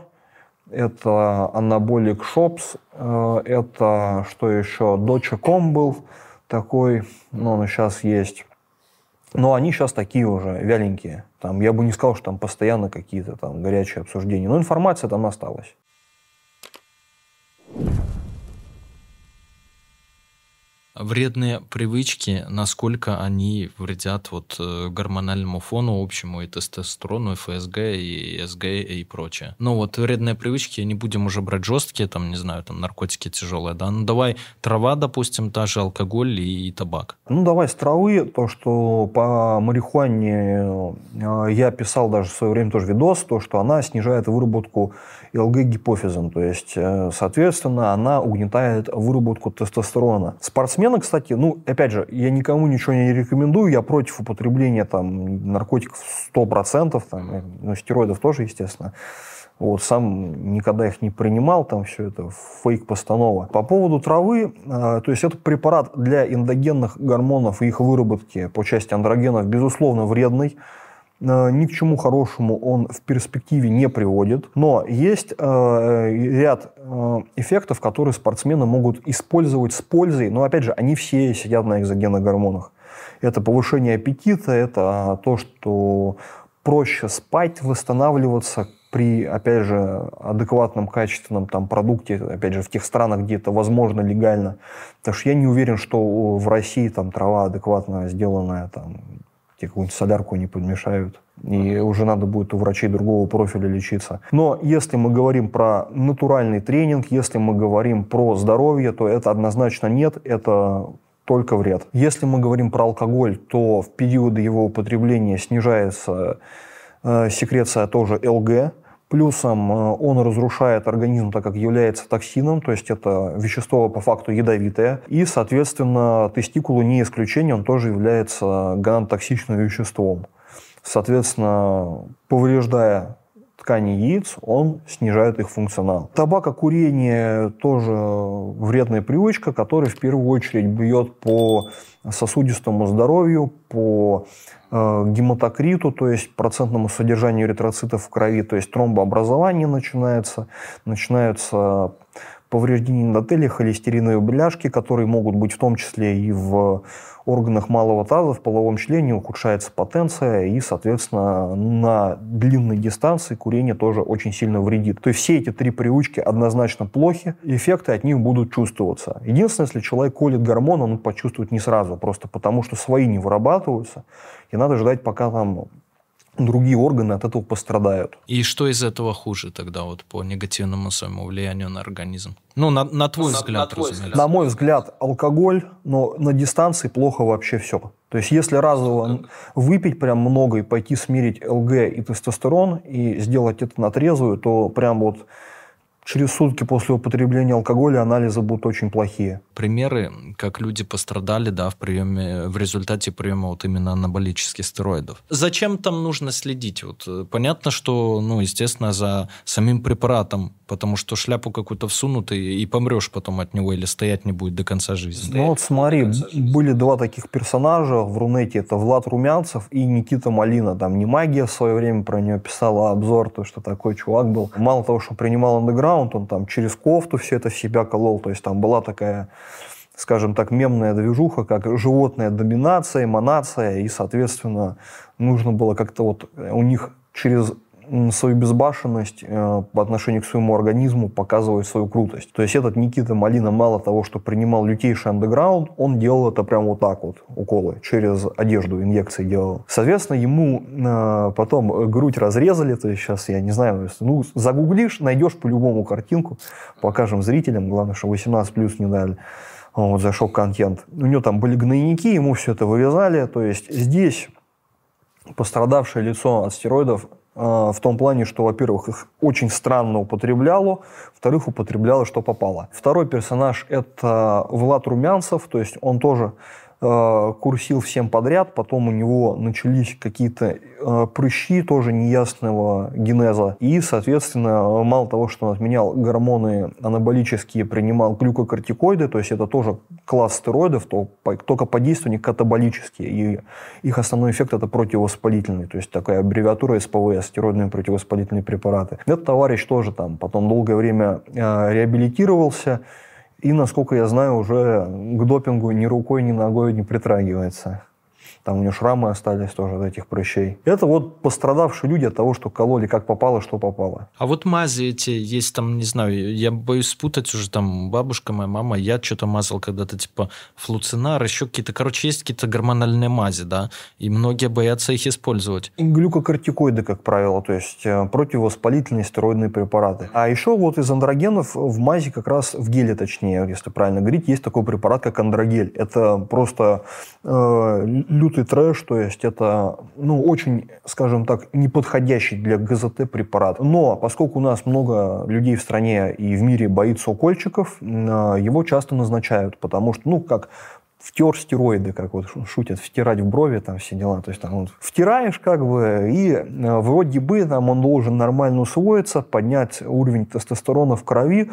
[SPEAKER 2] это Anabolic Shops, это что еще, Docha.com был такой, он сейчас есть. Но они сейчас такие уже вяленькие. Там, я бы не сказал, что там постоянно какие-то там горячие обсуждения, но информация там осталась.
[SPEAKER 1] Вредные привычки, насколько они вредят гормональному фону общему, и тестостерону, и ФСГ, и СГ, и прочее. Но вредные привычки, не будем уже брать жесткие, там, не знаю, там, наркотики тяжелые, да, давай трава, допустим, та же, алкоголь и табак.
[SPEAKER 2] Давай с травы, то, что по марихуане я писал даже в свое время тоже видос, то, что она снижает выработку ЛГ гипофизом, то есть, соответственно, она угнетает выработку тестостерона. Спортсмены, кстати, опять же, я никому ничего не рекомендую, я против употребления там наркотиков 100%, там, стероидов тоже, естественно. Сам никогда их не принимал, там все это фейк-постанова. По поводу травы, то есть это препарат для эндогенных гормонов и их выработки по части андрогенов, безусловно, вредный. Ни к чему хорошему он в перспективе не приводит. Но есть ряд эффектов, которые спортсмены могут использовать с пользой. Но, опять же, они все сидят на экзогенных гормонах. Это повышение аппетита, это то, что проще спать, восстанавливаться, при, опять же, адекватном, качественном там продукте, опять же, в тех странах, где это возможно легально. Потому что я не уверен, что в России там трава адекватно сделанная, там, тебе какую-нибудь солярку не подмешают. И уже надо будет у врачей другого профиля лечиться. Но если мы говорим про натуральный тренинг, если мы говорим про здоровье, то это однозначно нет, это только вред. Если мы говорим про алкоголь, то в периоды его употребления снижается секреция тоже ЛГ. Плюсом он разрушает организм, так как является токсином, то есть это вещество по факту ядовитое. И, соответственно, тестикулы не исключение, он тоже является гонадотоксичным веществом. Соответственно, повреждая ткани яиц, он снижает их функционал. Табакокурение тоже вредная привычка, которая в первую очередь бьет по сосудистому здоровью, по гематокриту, то есть процентному содержанию эритроцитов в крови, то есть тромбообразование начинаются повреждения эндотелия, холестериновые бляшки, которые могут быть в том числе и в органах малого таза, в половом члене, ухудшается потенция и, соответственно, на длинной дистанции курение тоже очень сильно вредит. То есть все эти три привычки однозначно плохи, эффекты от них будут чувствоваться. Единственное, если человек колет гормон, он почувствует не сразу, просто потому что свои не вырабатываются, и надо ждать, пока там другие органы от этого пострадают.
[SPEAKER 1] И что из этого хуже тогда вот по негативному своему влиянию на организм? Ну, на твой взгляд, разумеется.
[SPEAKER 2] На мой взгляд, алкоголь, но на дистанции плохо вообще все. То есть, если разово выпить прям много и пойти смерить ЛГ и тестостерон, и сделать это на трезвую, то прям вот через сутки после употребления алкоголя анализы будут очень плохие.
[SPEAKER 1] Примеры, как люди пострадали, да, в результате приема вот именно анаболических стероидов. Зачем там нужно следить? Вот понятно, что, ну, естественно, за самим препаратом, потому что шляпу какую-то всунут и помрешь потом от него или стоять не будет до конца жизни.
[SPEAKER 2] Ну вот смотри, были два таких персонажа в Рунете, это Влад Румянцев и Никита Малина. Там не магия в свое время про него писала обзор, то что такой чувак был. Мало того, что принимал андеграунд, он там через кофту все это в себя колол, то есть там была такая, скажем так, мемная движуха, как животная доминация, эманация, и, соответственно, нужно было как-то вот у них через свою безбашенность по отношению к своему организму показывать свою крутость. То есть этот Никита Малина мало того, что принимал лютейший андеграунд, он делал это прямо вот так вот, уколы, через одежду, инъекции делал. Соответственно, ему потом грудь разрезали, то есть сейчас, я не знаю, ну, загуглишь, найдешь по-любому картинку, покажем зрителям, главное, что 18+ не дали. Вот, за шок-контент. У него там были гнойники, ему все это вырезали, то есть здесь пострадавшее лицо от стероидов в том плане, что, во-первых, их очень странно употребляло, во-вторых, употребляло, что попало. Второй персонаж – это Влад Румянцев, то есть он тоже курсил всем подряд, потом у него начались какие-то прыщи тоже неясного генеза, и, соответственно, мало того, что он отменял гормоны анаболические, принимал глюкокортикоиды, то есть это тоже класс стероидов, только по действию они катаболические, и их основной эффект – это противовоспалительный, то есть такая аббревиатура СПВС, стероидные противовоспалительные препараты. Этот товарищ тоже там потом долгое время реабилитировался, и, насколько я знаю, уже к допингу ни рукой, ни ногой не притрагивается. Там у него шрамы остались тоже от этих прыщей. Это вот пострадавшие люди от того, что кололи как попало, что попало.
[SPEAKER 1] А вот мази эти есть там, не знаю, я боюсь спутать уже там бабушка, моя мама, я что-то мазал когда-то типа флуцинар, еще какие-то, короче, есть какие-то гормональные мази, да, и многие боятся их использовать.
[SPEAKER 2] Глюкокортикоиды, как правило, то есть противовоспалительные стероидные препараты. А еще вот из андрогенов в мази, как раз в геле, точнее, если правильно говорить, есть такой препарат, как андрогель. Это просто лютый трэш, то есть это, ну, очень, скажем так, неподходящий для ГЗТ препарат. Но поскольку у нас много людей в стране и в мире боится укольчиков, его часто назначают, потому что, ну, как втер стероиды, как вот шутят, втирать в брови, там все дела. То есть там вот втираешь как бы, и вроде бы там он должен нормально усвоиться, поднять уровень тестостерона в крови,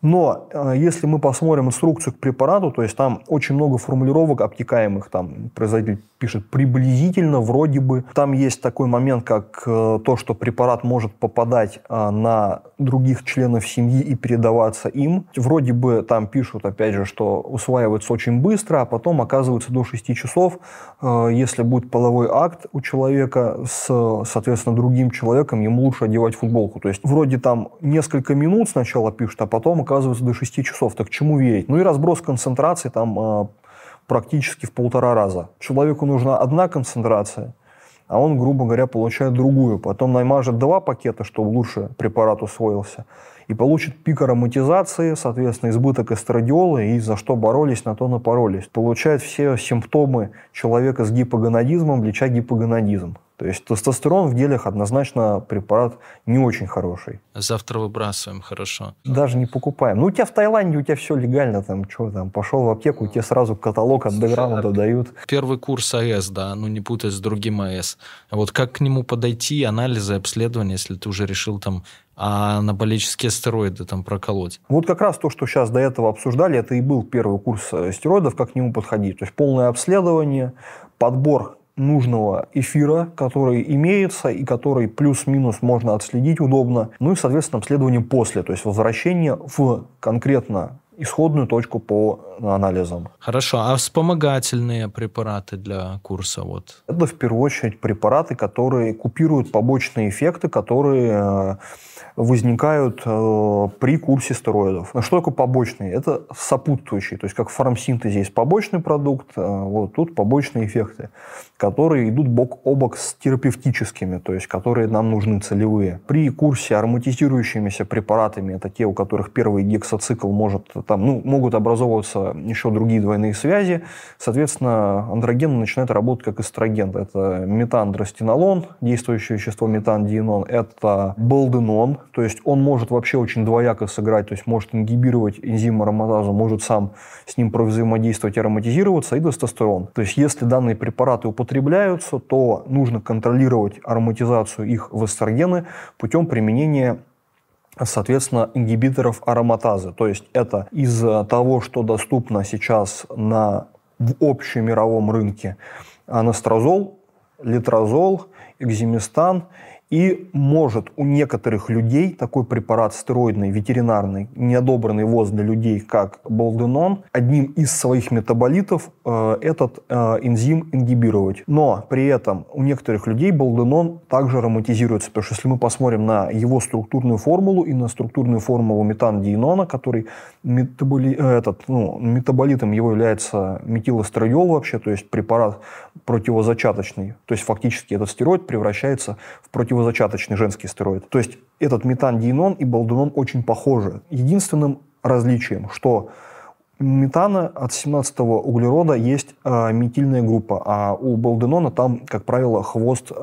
[SPEAKER 2] Но если мы посмотрим инструкцию к препарату, то есть там очень много формулировок обтекаемых, там производитель пишет приблизительно, вроде бы. Там есть такой момент, как то, что препарат может попадать на других членов семьи и передаваться им. Вроде бы там пишут, опять же, что усваивается очень быстро, а потом оказывается до 6 часов, если будет половой акт у человека с, соответственно, другим человеком, ему лучше одевать футболку. То есть вроде там несколько минут сначала пишут, а потом оказывается до 6 часов. Так чему верить? Ну и разброс концентрации там практически в 1,5 раза. Человеку нужна одна концентрация, а он, грубо говоря, получает другую. Потом намажет 2 пакета, чтобы лучше препарат усвоился, и получит пик ароматизации, соответственно, избыток эстрадиола, и за что боролись, на то напоролись. Получает все симптомы человека с гипогонадизмом, влеча гипогонадизм. То есть тестостерон в гелях однозначно препарат не очень хороший.
[SPEAKER 1] Завтра выбрасываем, хорошо.
[SPEAKER 2] Даже не покупаем. Ну, у тебя в Таиланде, у тебя все легально, там, что там, пошел в аптеку, тебе сразу каталог андеграунда дают.
[SPEAKER 1] Первый курс АЭС, да, ну не путай с другим АЭС. Вот как к нему подойти, анализы, обследования, если ты уже решил там анаболические стероиды там проколоть?
[SPEAKER 2] Вот как раз то, что сейчас до этого обсуждали, это и был первый курс стероидов, как к нему подходить. То есть полное обследование, подбор нужного эфира, который имеется и который плюс-минус можно отследить удобно. Ну и, соответственно, обследование после, то есть возвращение в конкретно исходную точку по анализам.
[SPEAKER 1] Хорошо, а вспомогательные препараты для курса? Вот.
[SPEAKER 2] Это в первую очередь препараты, которые купируют побочные эффекты, которые возникают при курсе стероидов. Что такое побочные? Это сопутствующие, то есть как в фармсинтезе есть побочный продукт, вот тут побочные эффекты, которые идут бок о бок с терапевтическими, то есть которые нам нужны целевые. При курсе ароматизирующимися препаратами, это те, у которых первый гексацикл может, там, ну, могут образовываться еще другие двойные связи, соответственно, андроген начинает работать как эстроген. Это метандростенолон, действующее вещество метандиенон, это болденон, то есть он может вообще очень двояко сыграть, то есть может ингибировать энзим ароматазу, может сам с ним взаимодействовать и ароматизироваться, и тестостерон. То есть если данные препараты употребляются, то нужно контролировать ароматизацию их в эстрогены путем применения, соответственно, ингибиторов ароматазы. То есть это из того, что доступно сейчас в общемировом рынке: анастрозол, летрозол, экземестан. И может у некоторых людей такой препарат стероидный, ветеринарный, не одобренный ВОЗ для людей, как болденон, одним из своих метаболитов этот энзим ингибировать. Но при этом у некоторых людей болденон также ароматизируется. Потому что если мы посмотрим на его структурную формулу и на структурную формулу метандиенона, который метаболитом его является метилэстрадиол вообще, то есть препарат противозачаточный. То есть фактически этот стероид превращается в противозачаточный женский стероид. То есть этот метандиенон и болденон очень похожи. Единственным различием, что у метана от 17-го углерода есть метильная группа, а у болденона там, как правило, хвост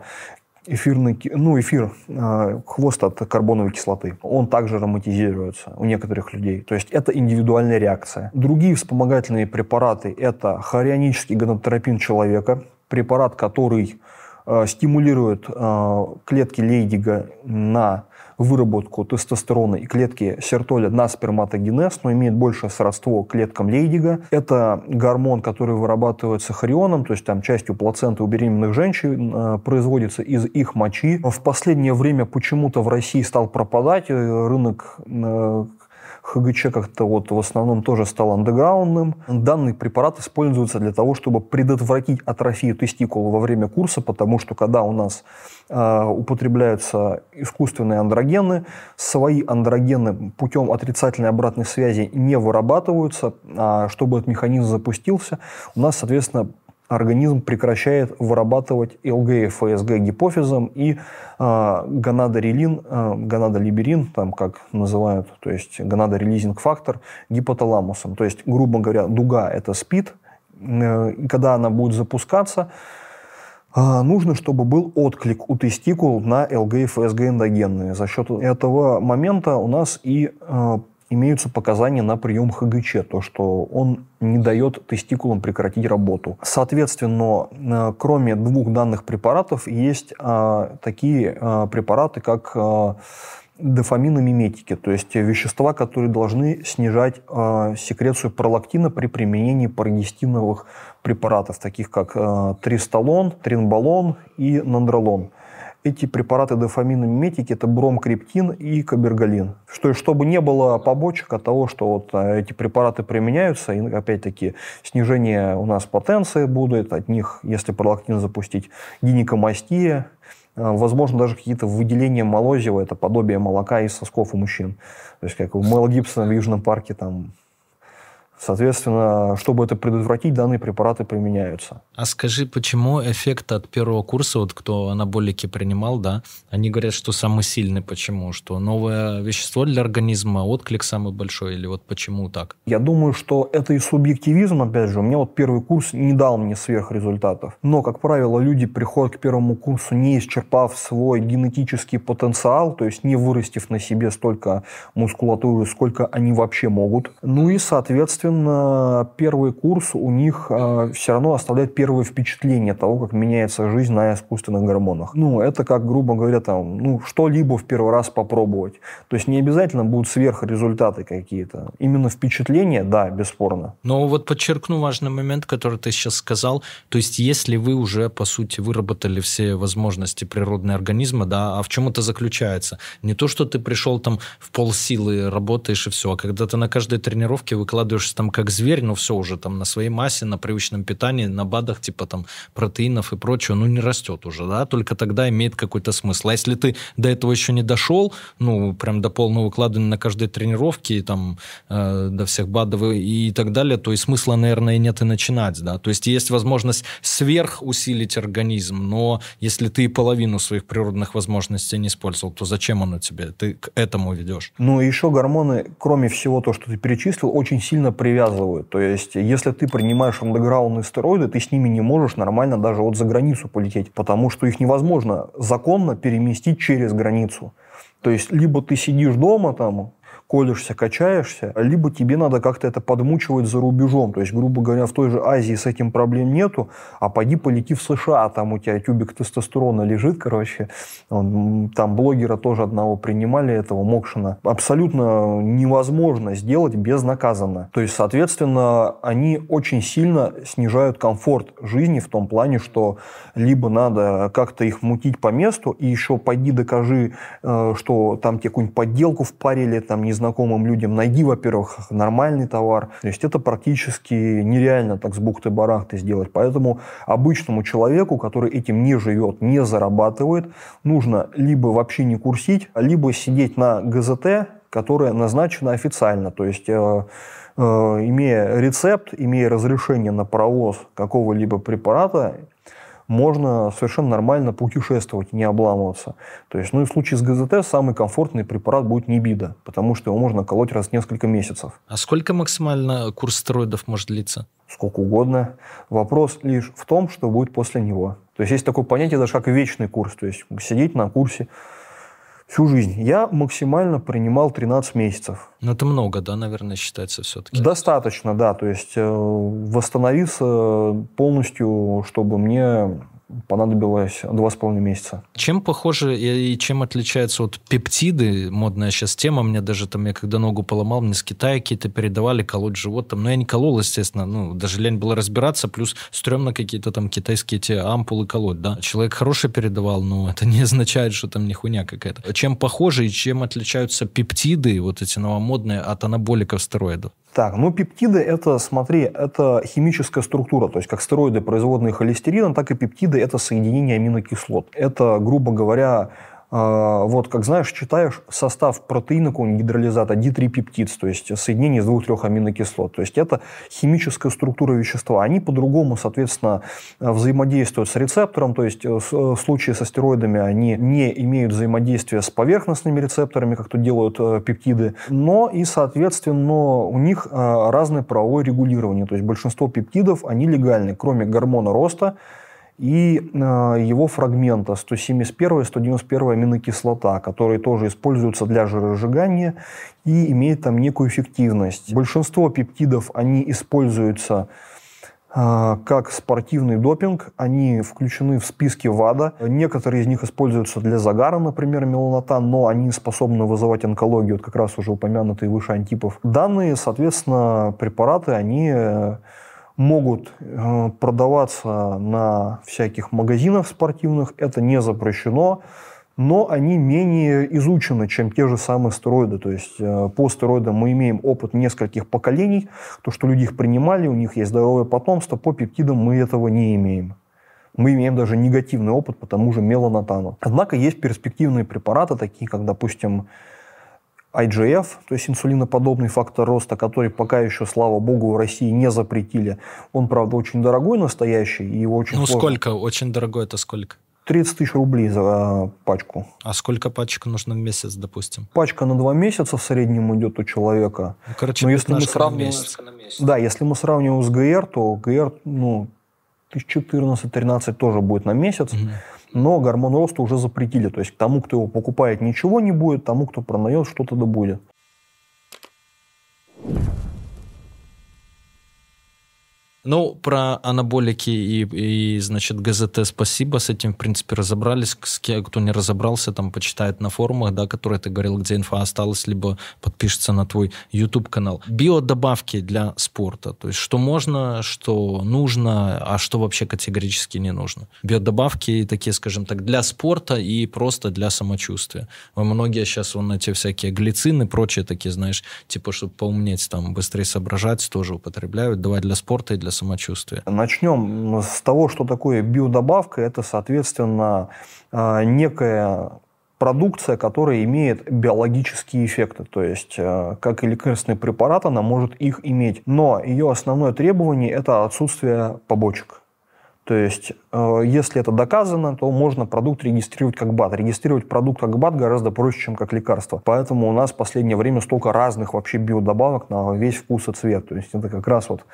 [SPEAKER 2] хвост от карбоновой кислоты. Он также ароматизируется у некоторых людей. То есть это индивидуальная реакция. Другие вспомогательные препараты – это хорионический гонадотропин человека, препарат, который стимулирует клетки Лейдига на выработку тестостерона и клетки сертоля на сперматогенез, но имеет большее сродство к клеткам Лейдига. Это гормон, который вырабатывается хорионом, то есть там частью плаценты у беременных женщин производится из их мочи. В последнее время почему-то в России стал пропадать рынок ХГЧ, как-то вот в основном тоже стал андеграундным. Данный препарат используется для того, чтобы предотвратить атрофию тестикул во время курса, потому что когда у нас употребляются искусственные андрогены, свои андрогены путем отрицательной обратной связи не вырабатываются, а чтобы этот механизм запустился, у нас, соответственно, организм прекращает вырабатывать ЛГ, ФСГ гипофизом и гонадолиберин, там как называют, то есть гонадорелизинг фактор, гипоталамусом. То есть, грубо говоря, дуга – это СПИД, и когда она будет запускаться, нужно, чтобы был отклик у тестикул на ЛГ и ФСГ эндогенные. За счет этого момента у нас и имеются показания на прием ХГЧ, то, что он не дает тестикулам прекратить работу. Соответственно, кроме двух данных препаратов, есть такие препараты, как дофаминомиметики, то есть вещества, которые должны снижать секрецию пролактина при применении прогестиновых препаратов, таких как тристолон, тринболон и нандролон. Эти препараты дофаминомиметики – это бромкриптин и кабергалин. Чтобы не было побочек от того, что вот эти препараты применяются, и опять-таки снижение у нас потенции будет от них, если пролактин запустить, гинекомастия, возможно, даже какие-то выделения молозива, это подобие молока из сосков у мужчин. То есть, как у Мэла Гибсона в Южном парке там. Соответственно, чтобы это предотвратить, данные препараты применяются.
[SPEAKER 1] А скажи, почему эффект от первого курса, вот кто анаболики принимал, да, они говорят, что самый сильный, почему? Что новое вещество для организма, отклик самый большой, или вот почему так?
[SPEAKER 2] Я думаю, что это и субъективизм, опять же. У меня вот первый курс не дал мне сверхрезультатов. Но, как правило, люди приходят к первому курсу, не исчерпав свой генетический потенциал, то есть не вырастив на себе столько мускулатуры, сколько они вообще могут. Ну и, соответственно, первый курс у них все равно оставляет первое впечатление того, как меняется жизнь на искусственных гормонах. Ну, это как, грубо говоря, там, что-либо в первый раз попробовать. То есть не обязательно будут сверхрезультаты какие-то. Именно впечатление, да, бесспорно.
[SPEAKER 1] Но вот подчеркну важный момент, который ты сейчас сказал. То есть если вы уже, по сути, выработали все возможности природного организма, да, а в чем это заключается? Не то, что ты пришел там в полсилы, работаешь и все, а когда ты на каждой тренировке выкладываешься там как зверь, но все уже там на своей массе, на привычном питании, на БАДах типа там протеинов и прочего, не растет уже, да, только тогда имеет какой-то смысл. А если ты до этого еще не дошел, прям до полного выкладывания на каждой тренировке, там, до всех БАДов и так далее, то и смысла, наверное, нет и начинать, да, то есть есть возможность сверхусилить организм, но если ты половину своих природных возможностей не использовал, то зачем оно тебе? Ты к этому ведешь.
[SPEAKER 2] Ну, и еще гормоны, кроме всего то, что ты перечислил, очень сильно привязывают. То есть, если ты принимаешь андеграундные стероиды, ты с ними не можешь нормально даже за границу полететь, потому что их невозможно законно переместить через границу. То есть, либо ты сидишь дома там, колешься, качаешься, либо тебе надо как-то это подмучивать за рубежом. То есть, грубо говоря, в той же Азии с этим проблем нету, а пойди полети в США, там у тебя тюбик тестостерона лежит, там блогера тоже одного принимали, этого Мокшина. Абсолютно невозможно сделать безнаказанно. То есть, соответственно, они очень сильно снижают комфорт жизни в том плане, что либо надо как-то их мутить по месту, и еще пойди докажи, что там тебе какую-нибудь подделку впарили, там, незнакомым людям. Найди, во-первых, нормальный товар. То есть это практически нереально так с бухты-барахты сделать. Поэтому обычному человеку, который этим не живет, не зарабатывает, нужно либо вообще не курсить, либо сидеть на ГЗТ, которая назначена официально. То есть имея рецепт, имея разрешение на провоз какого-либо препарата, можно совершенно нормально путешествовать и не обламываться. То есть, в случае с ГЗТ самый комфортный препарат будет Нибида, потому что его можно колоть раз в несколько месяцев.
[SPEAKER 1] А сколько максимально курс стероидов может длиться?
[SPEAKER 2] Сколько угодно. Вопрос лишь в том, что будет после него. То есть, есть такое понятие даже как вечный курс. То есть, сидеть на курсе всю жизнь. Я максимально принимал 13 месяцев.
[SPEAKER 1] Это много, да, наверное, считается все-таки?
[SPEAKER 2] Достаточно, да. То есть восстановиться полностью, чтобы мне понадобилось 2,5 месяца.
[SPEAKER 1] Чем похожи и чем отличаются пептиды, модная сейчас тема, мне даже я когда ногу поломал, мне с Китая какие-то передавали колоть живот, но я не колол, естественно, даже лень было разбираться, плюс стрёмно какие-то там китайские эти ампулы колоть, да. Человек хороший передавал, но это не означает, что там не хуйня какая-то. Чем похожи и чем отличаются пептиды, эти новомодные, от анаболиков, стероидов?
[SPEAKER 2] Так, пептиды это химическая структура, то есть как стероиды, производные холестерина, так и пептиды это соединение аминокислот. Это, грубо говоря, как знаешь, читаешь состав протеина какого-нибудь гидролизата, дитрипептид, то есть соединение из 2-3 аминокислот. То есть это химическая структура вещества. Они по-другому, соответственно, взаимодействуют с рецептором, то есть в случае со стероидами они не имеют взаимодействия с поверхностными рецепторами, как то делают пептиды, но и, соответственно, у них разное правовое регулирование. То есть большинство пептидов, они легальны, кроме гормона роста и его фрагмента 171 и 191 аминокислота, которые тоже используются для жиросжигания и имеют там некую эффективность. Большинство пептидов, они используются как спортивный допинг. Они включены в списки ВАДА. Некоторые из них используются для загара, например, меланотан, но они способны вызывать онкологию, вот как раз уже упомянутый выше Антипов. Данные, соответственно, препараты, они могут продаваться на всяких магазинах спортивных. Это не запрещено. Но они менее изучены, чем те же самые стероиды. То есть по стероидам мы имеем опыт нескольких поколений, то, что люди их принимали, у них есть здоровое потомство, по пептидам мы этого не имеем. Мы имеем даже негативный опыт по тому же меланотану. Однако есть перспективные препараты, такие как, допустим, IGF, то есть инсулиноподобный фактор роста, который пока еще, слава богу, в России не запретили. Он, правда, очень дорогой настоящий, и его очень сложно.
[SPEAKER 1] Сколько? Очень дорогой это сколько?
[SPEAKER 2] 30 тысяч рублей за пачку.
[SPEAKER 1] А сколько пачек нужно в месяц, допустим?
[SPEAKER 2] Пачка на 2 месяца в среднем идет у человека.
[SPEAKER 1] Короче,
[SPEAKER 2] если мы сравниваем, да, если мы сравниваем с ГР, то ГР 14-13 тоже будет на месяц. Но гормон роста уже запретили. То есть тому, кто его покупает, ничего не будет, тому, кто продает, что-то да будет.
[SPEAKER 1] Ну, про анаболики и, значит, ГЗТ спасибо. С этим, в принципе, разобрались. Кто не разобрался, там, почитает на форумах, да, которые ты говорил, где инфа осталась, либо подпишется на твой YouTube-канал. Биодобавки для спорта. То есть, что можно, что нужно, а что вообще категорически не нужно. Биодобавки такие, скажем так, для спорта и просто для самочувствия. Многие сейчас вон эти всякие глицины, прочие такие, знаешь, типа, чтобы поумнеть, там, быстрее соображать, тоже употребляют. Давай для спорта и для самочувствия.
[SPEAKER 2] Начнем с того, что такое биодобавка. Это, соответственно, некая продукция, которая имеет биологические эффекты. То есть, как и лекарственный препарат, она может их иметь. Но ее основное требование – это отсутствие побочек. То есть, если это доказано, то можно продукт регистрировать как БАД. Регистрировать продукт как БАД гораздо проще, чем как лекарство. Поэтому у нас в последнее время столько разных вообще биодобавок на весь вкус и цвет. То есть, это как раз вот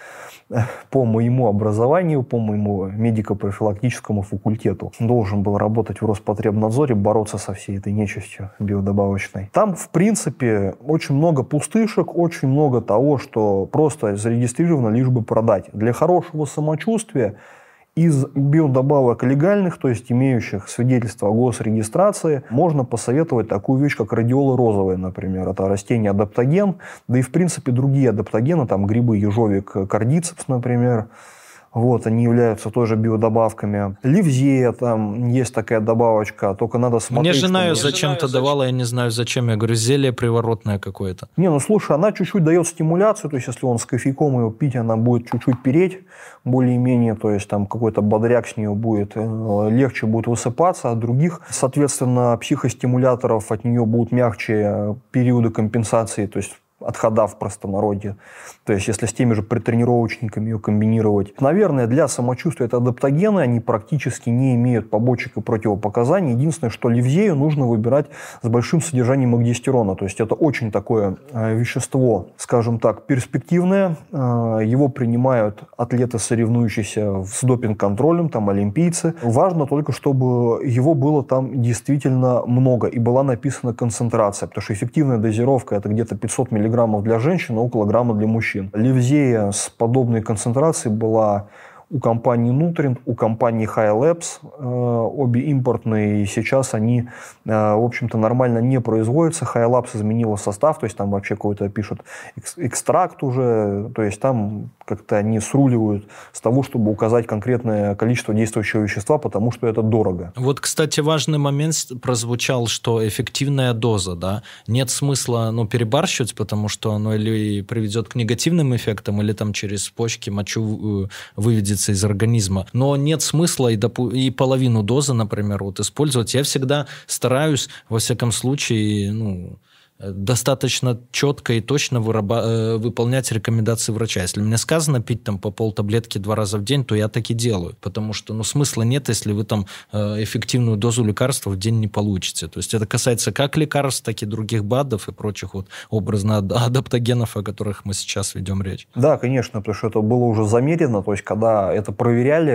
[SPEAKER 2] по моему образованию, по моему медико-профилактическому факультету должен был работать в Роспотребнадзоре, бороться со всей этой нечистью биодобавочной. Там, в принципе, очень много пустышек, очень много того, что просто зарегистрировано лишь бы продать. Для хорошего самочувствия из биодобавок легальных, то есть имеющих свидетельство о госрегистрации, можно посоветовать такую вещь, как радиола розовая, например. Это растение адаптоген, да и в принципе другие адаптогены, там грибы ежовик, кардицепс, например. Вот, они являются тоже биодобавками. Ливзея, там есть такая добавочка, только надо смотреть.
[SPEAKER 1] Мне жена ее зачем-то давала, я не знаю зачем. Я говорю, зелье приворотное какое-то.
[SPEAKER 2] Не, ну слушай, она чуть-чуть дает стимуляцию, то есть если он с кофейком его пить, она будет чуть-чуть переть, более-менее, то есть там какой-то бодряк с нее будет, легче будет высыпаться, а других, соответственно, психостимуляторов от нее будут мягче периоды компенсации, то есть отхода в простонародье. То есть, если с теми же предтренировочниками ее комбинировать. Наверное, для самочувствия это адаптогены, они практически не имеют побочек и противопоказаний. Единственное, что ливзею нужно выбирать с большим содержанием агдистерона. То есть, это очень такое вещество, скажем так, перспективное. Его принимают атлеты, соревнующиеся с допинг-контролем, там олимпийцы. Важно только, чтобы его было там действительно много и была написана концентрация. Потому что эффективная дозировка это где-то 500 мг для женщин, а около грамма для мужчин. Ливзея с подобной концентрацией была у компании Nutrient, у компании High Labs, обе импортные, и сейчас они, в общем-то, нормально не производятся. High Labs изменила состав, то есть там вообще какой-то пишут экстракт уже, то есть там как-то они сруливают с того, чтобы указать конкретное количество действующего вещества, потому что это дорого.
[SPEAKER 1] Вот, кстати, важный момент прозвучал, что эффективная доза, да, нет смысла, перебарщивать, потому что оно или приведет к негативным эффектам, или там через почки мочу выведется из организма. Но нет смысла и половину дозы, например, вот использовать. Я всегда стараюсь, во всяком случае, достаточно четко и точно выполнять рекомендации врача. Если мне сказано пить там по полтаблетки 2 раза в день, то я так и делаю. Потому что смысла нет, если вы там эффективную дозу лекарства в день не получите. То есть это касается как лекарств, так и других БАДов и прочих образно адаптогенов, о которых мы сейчас ведем речь.
[SPEAKER 2] Да, конечно, потому что это было уже замерено. То есть когда это проверяли,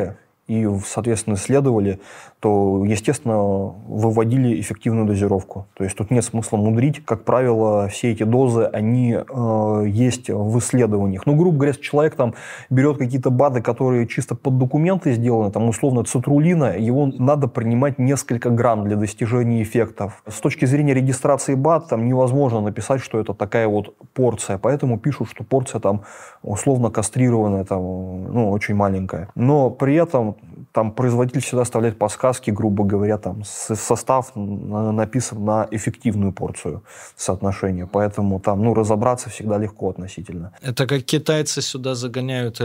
[SPEAKER 2] и, соответственно, исследовали, то, естественно, выводили эффективную дозировку. То есть тут нет смысла мудрить. Как правило, все эти дозы, они есть в исследованиях. Ну, грубо говоря, человек там берет какие-то БАДы, которые чисто под документы сделаны, там, условно, цитрулина, его надо принимать несколько грамм для достижения эффектов. С точки зрения регистрации БАД, там невозможно написать, что это такая вот порция, поэтому пишут, что порция там условно кастрированная, там, ну, очень маленькая. Но при этом там производитель всегда оставляет подсказки, грубо говоря, там состав написан на эффективную порцию соотношения, поэтому там, ну, разобраться всегда легко относительно.
[SPEAKER 1] Это как китайцы сюда загоняют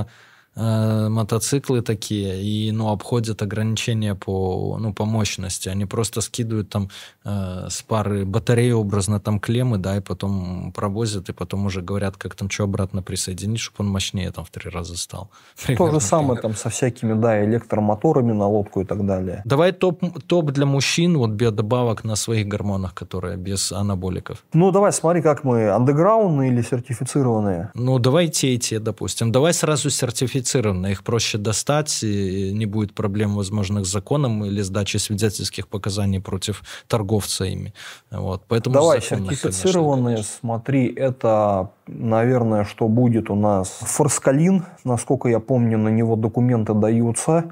[SPEAKER 1] мотоциклы такие и, ну, обходят ограничения по мощности. Они просто скидывают там с пары батареи образно там клеммы, да, и потом провозят, и потом уже говорят, как там что обратно присоединить, чтобы он мощнее там в 3 раза стал.
[SPEAKER 2] То же самое там со всякими, да, электромоторами на лодку и так далее.
[SPEAKER 1] Давай топ для мужчин, вот биодобавок на своих гормонах, которые без анаболиков.
[SPEAKER 2] Ну, давай смотри, как мы, андеграундные или сертифицированные?
[SPEAKER 1] Ну, давай те, допустим. Давай сразу сертифицированные. Их проще достать, и не будет проблем, возможных, с законом или сдачей свидетельских показаний против торговца ими. Вот. Поэтому
[SPEAKER 2] давай, сертифицированные, конечно, смотри, это, наверное, что будет у нас форскалин, насколько я помню, на него документы даются.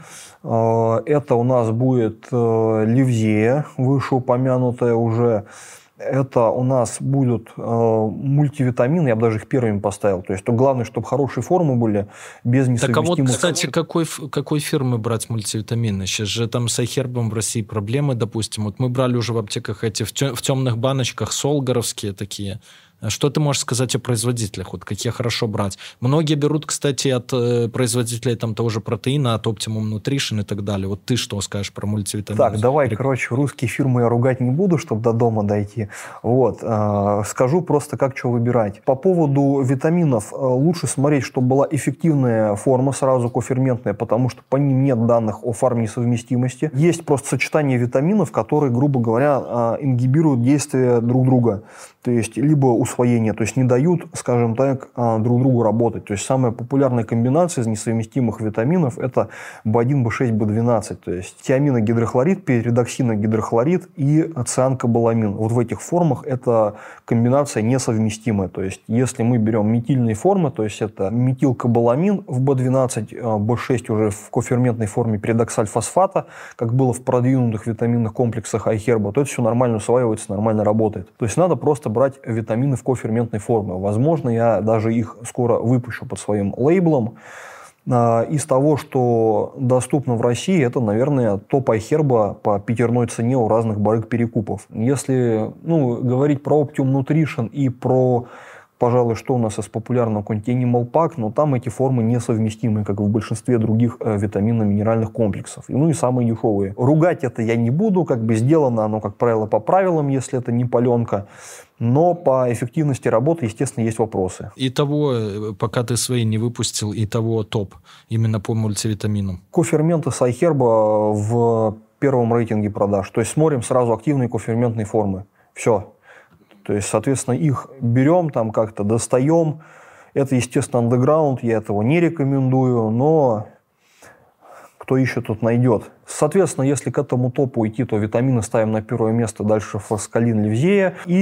[SPEAKER 2] Это у нас будет Livzea, вышеупомянутая уже. Это у нас будут мультивитамины, я бы даже их первыми поставил. То есть, то главное, чтобы хорошие формы были, без несовместимых...
[SPEAKER 1] Так, а вот, кстати, какой фирмы брать мультивитамины? Сейчас же там с iHerb в России проблемы, допустим. Вот мы брали уже в аптеках эти в темных баночках, солгаровские такие. Что ты можешь сказать о производителях? Вот какие хорошо брать? Многие берут, кстати, от производителей там того же протеина, от Optimum Nutrition и так далее. Вот ты что скажешь про мультивитамины?
[SPEAKER 2] Так, давай, короче, русские фирмы я ругать не буду, чтобы до дома дойти. Вот. Скажу просто, как что выбирать. По поводу витаминов лучше смотреть, чтобы была эффективная форма, сразу коферментная, потому что по ним нет данных о фармнесовместимости. Есть просто сочетание витаминов, которые, грубо говоря, ингибируют действие друг друга. То есть, либо усвоение, то есть не дают, скажем так, друг другу работать. То есть, самая популярная комбинация из несовместимых витаминов – это B1, B6, B12. То есть, тиаминогидрохлорид, пиридоксиногидрохлорид и цианкобаламин. Вот в этих формах эта комбинация несовместимая. То есть, если мы берем метильные формы, то есть, это метилкобаламин в B12, B6 уже в коферментной форме пиридоксальфосфата, как было в продвинутых витаминных комплексах iHerb, то это все нормально усваивается, нормально работает. То есть, надо просто брать витамины в коферментной форме. Возможно, я даже их скоро выпущу под своим лейблом. Из того, что доступно в России, это, наверное, топ iHerb по пятерной цене у разных барыг-перекупов. Если говорить про Optimum Nutrition и про, пожалуй, что у нас из популярного, какой-нибудь Animal Pack, но там эти формы несовместимы, как и в большинстве других витаминно-минеральных комплексов. И самые дешевые. Ругать это я не буду, как бы сделано оно, как правило, по правилам, если это не паленка. Но по эффективности работы, естественно, есть вопросы.
[SPEAKER 1] Итого, пока ты свои не выпустил, итого топ именно по мультивитаминам.
[SPEAKER 2] Коферменты с iHerb в первом рейтинге продаж. То есть смотрим сразу активные коферментные формы. Все. То есть, соответственно, их берем, там как-то достаем. Это, естественно, андеграунд, я этого не рекомендую, но кто ищет, тот найдет. Соответственно, если к этому топу идти, то витамины ставим на первое место, дальше форскалин, Livzea. И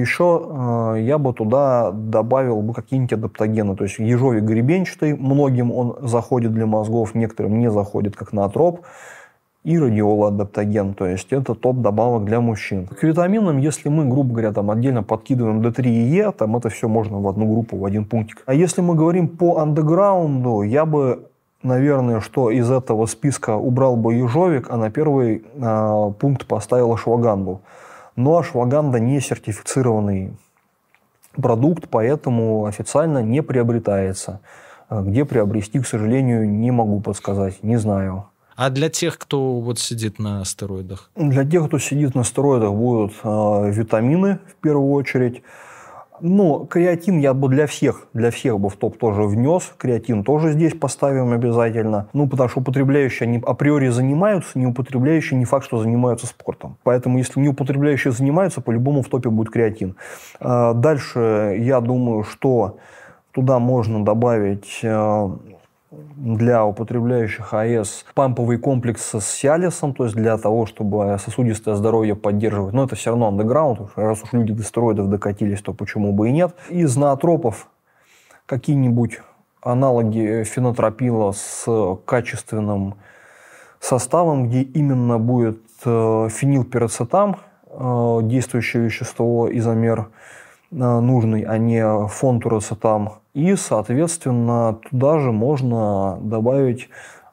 [SPEAKER 2] еще я бы туда добавил бы какие-нибудь адаптогены. То есть ежовик гребенчатый, многим он заходит для мозгов, некоторым не заходит, как наотроп. И радиоладаптоген, то есть это топ добавок для мужчин. К витаминам, если мы, грубо говоря, там отдельно подкидываем D3 и E, там это все можно в одну группу, в один пунктик. А если мы говорим по андеграунду, я бы, наверное, что из этого списка убрал бы ежовик, а на первый пункт поставил ашваганду. Но ашваганда не сертифицированный продукт, поэтому официально не приобретается. Где приобрести, к сожалению, не могу подсказать, не знаю.
[SPEAKER 1] А для тех, кто вот сидит на стероидах?
[SPEAKER 2] Для тех, кто сидит на стероидах, будут витамины в первую очередь. Ну, креатин я бы для всех бы в топ тоже внес. Креатин тоже здесь поставим обязательно. Ну, потому что употребляющие, они априори занимаются, не употребляющие не факт, что занимаются спортом. Поэтому, если не употребляющие занимаются, по-любому в топе будет креатин. Дальше, я думаю, что туда можно добавить для употребляющих АЭС памповый комплекс с сиалисом, то есть для того, чтобы сосудистое здоровье поддерживать. Но это все равно андеграунд, раз уж люди до стероидов докатились, то почему бы и нет. Из ноотропов какие-нибудь аналоги фенотропила с качественным составом, где именно будет фенилпирацетам, действующее вещество, изомер нужный, а не фонтурацетам. И, соответственно, туда же можно добавить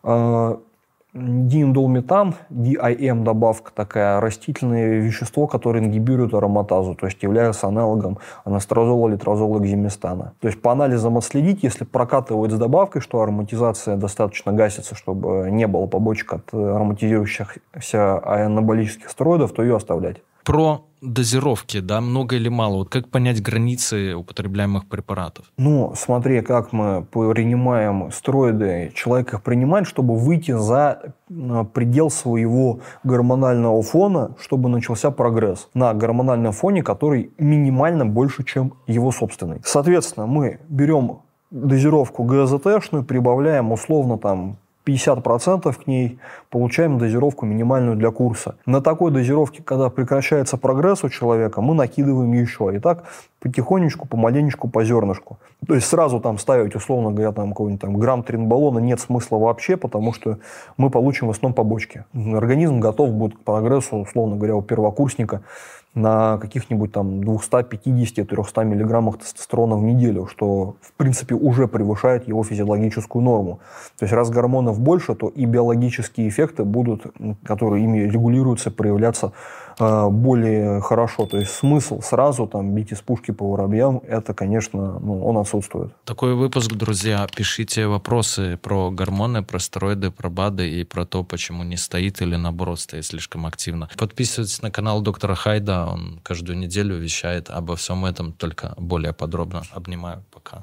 [SPEAKER 2] дииндолметан, DIM добавка такая, растительное вещество, которое ингибирует ароматазу, то есть является аналогом анастрозола, литрозола, экземестана. То есть по анализам отследить, если прокатывают с добавкой, что ароматизация достаточно гасится, чтобы не было побочек от ароматизирующихся анаболических стероидов, то ее оставлять.
[SPEAKER 1] Про дозировки, да, много или мало? Вот как понять границы употребляемых препаратов?
[SPEAKER 2] Ну, смотри, как мы принимаем стероиды. Человек их принимает, чтобы выйти за предел своего гормонального фона, чтобы начался прогресс на гормональном фоне, который минимально больше, чем его собственный. Соответственно, мы берем дозировку ГЗТ-шную, прибавляем условно там 50% к ней, получаем дозировку минимальную для курса. На такой дозировке, когда прекращается прогресс у человека, мы накидываем еще. И так потихонечку, помаленечку, по зернышку. То есть сразу там ставить, условно говоря, там какой-нибудь там грамм тринболона нет смысла вообще, потому что мы получим в основном побочки. Организм готов будет к прогрессу, условно говоря, у первокурсника на каких-нибудь там 250-300 миллиграммах тестостерона в неделю, что, в принципе, уже превышает его физиологическую норму. То есть, раз гормонов больше, то и биологические эффекты будут, которые ими регулируются, проявляться более хорошо. То есть, смысл сразу там бить из пушки по воробьям, это, конечно, он отсутствует.
[SPEAKER 1] Такой выпуск, друзья. Пишите вопросы про гормоны, про стероиды, про БАДы и про то, почему не стоит или, наоборот, стоит слишком активно. Подписывайтесь на канал доктора Хайда. Он каждую неделю вещает обо всем этом, только более подробно. Обнимаю. Пока.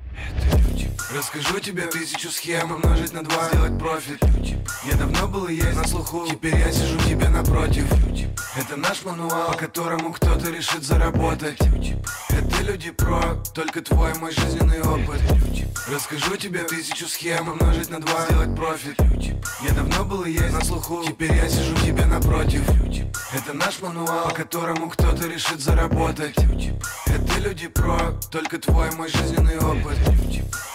[SPEAKER 5] Расскажу тебе 1000 схем, умножить на 2, сделать профит. Я давно был и есть на слуху, теперь я сижу тебе напротив. Это наш мануал, по которому кто-то решит заработать. Это люди про, только твой мой жизненный опыт. Расскажу тебе 1000 схем, умножить на 2, сделать профит. Я давно был и есть на слуху, теперь я сижу тебе напротив. Это наш мануал, по которому кто-то решит заработать. Это люди про, только твой мой жизненный опыт.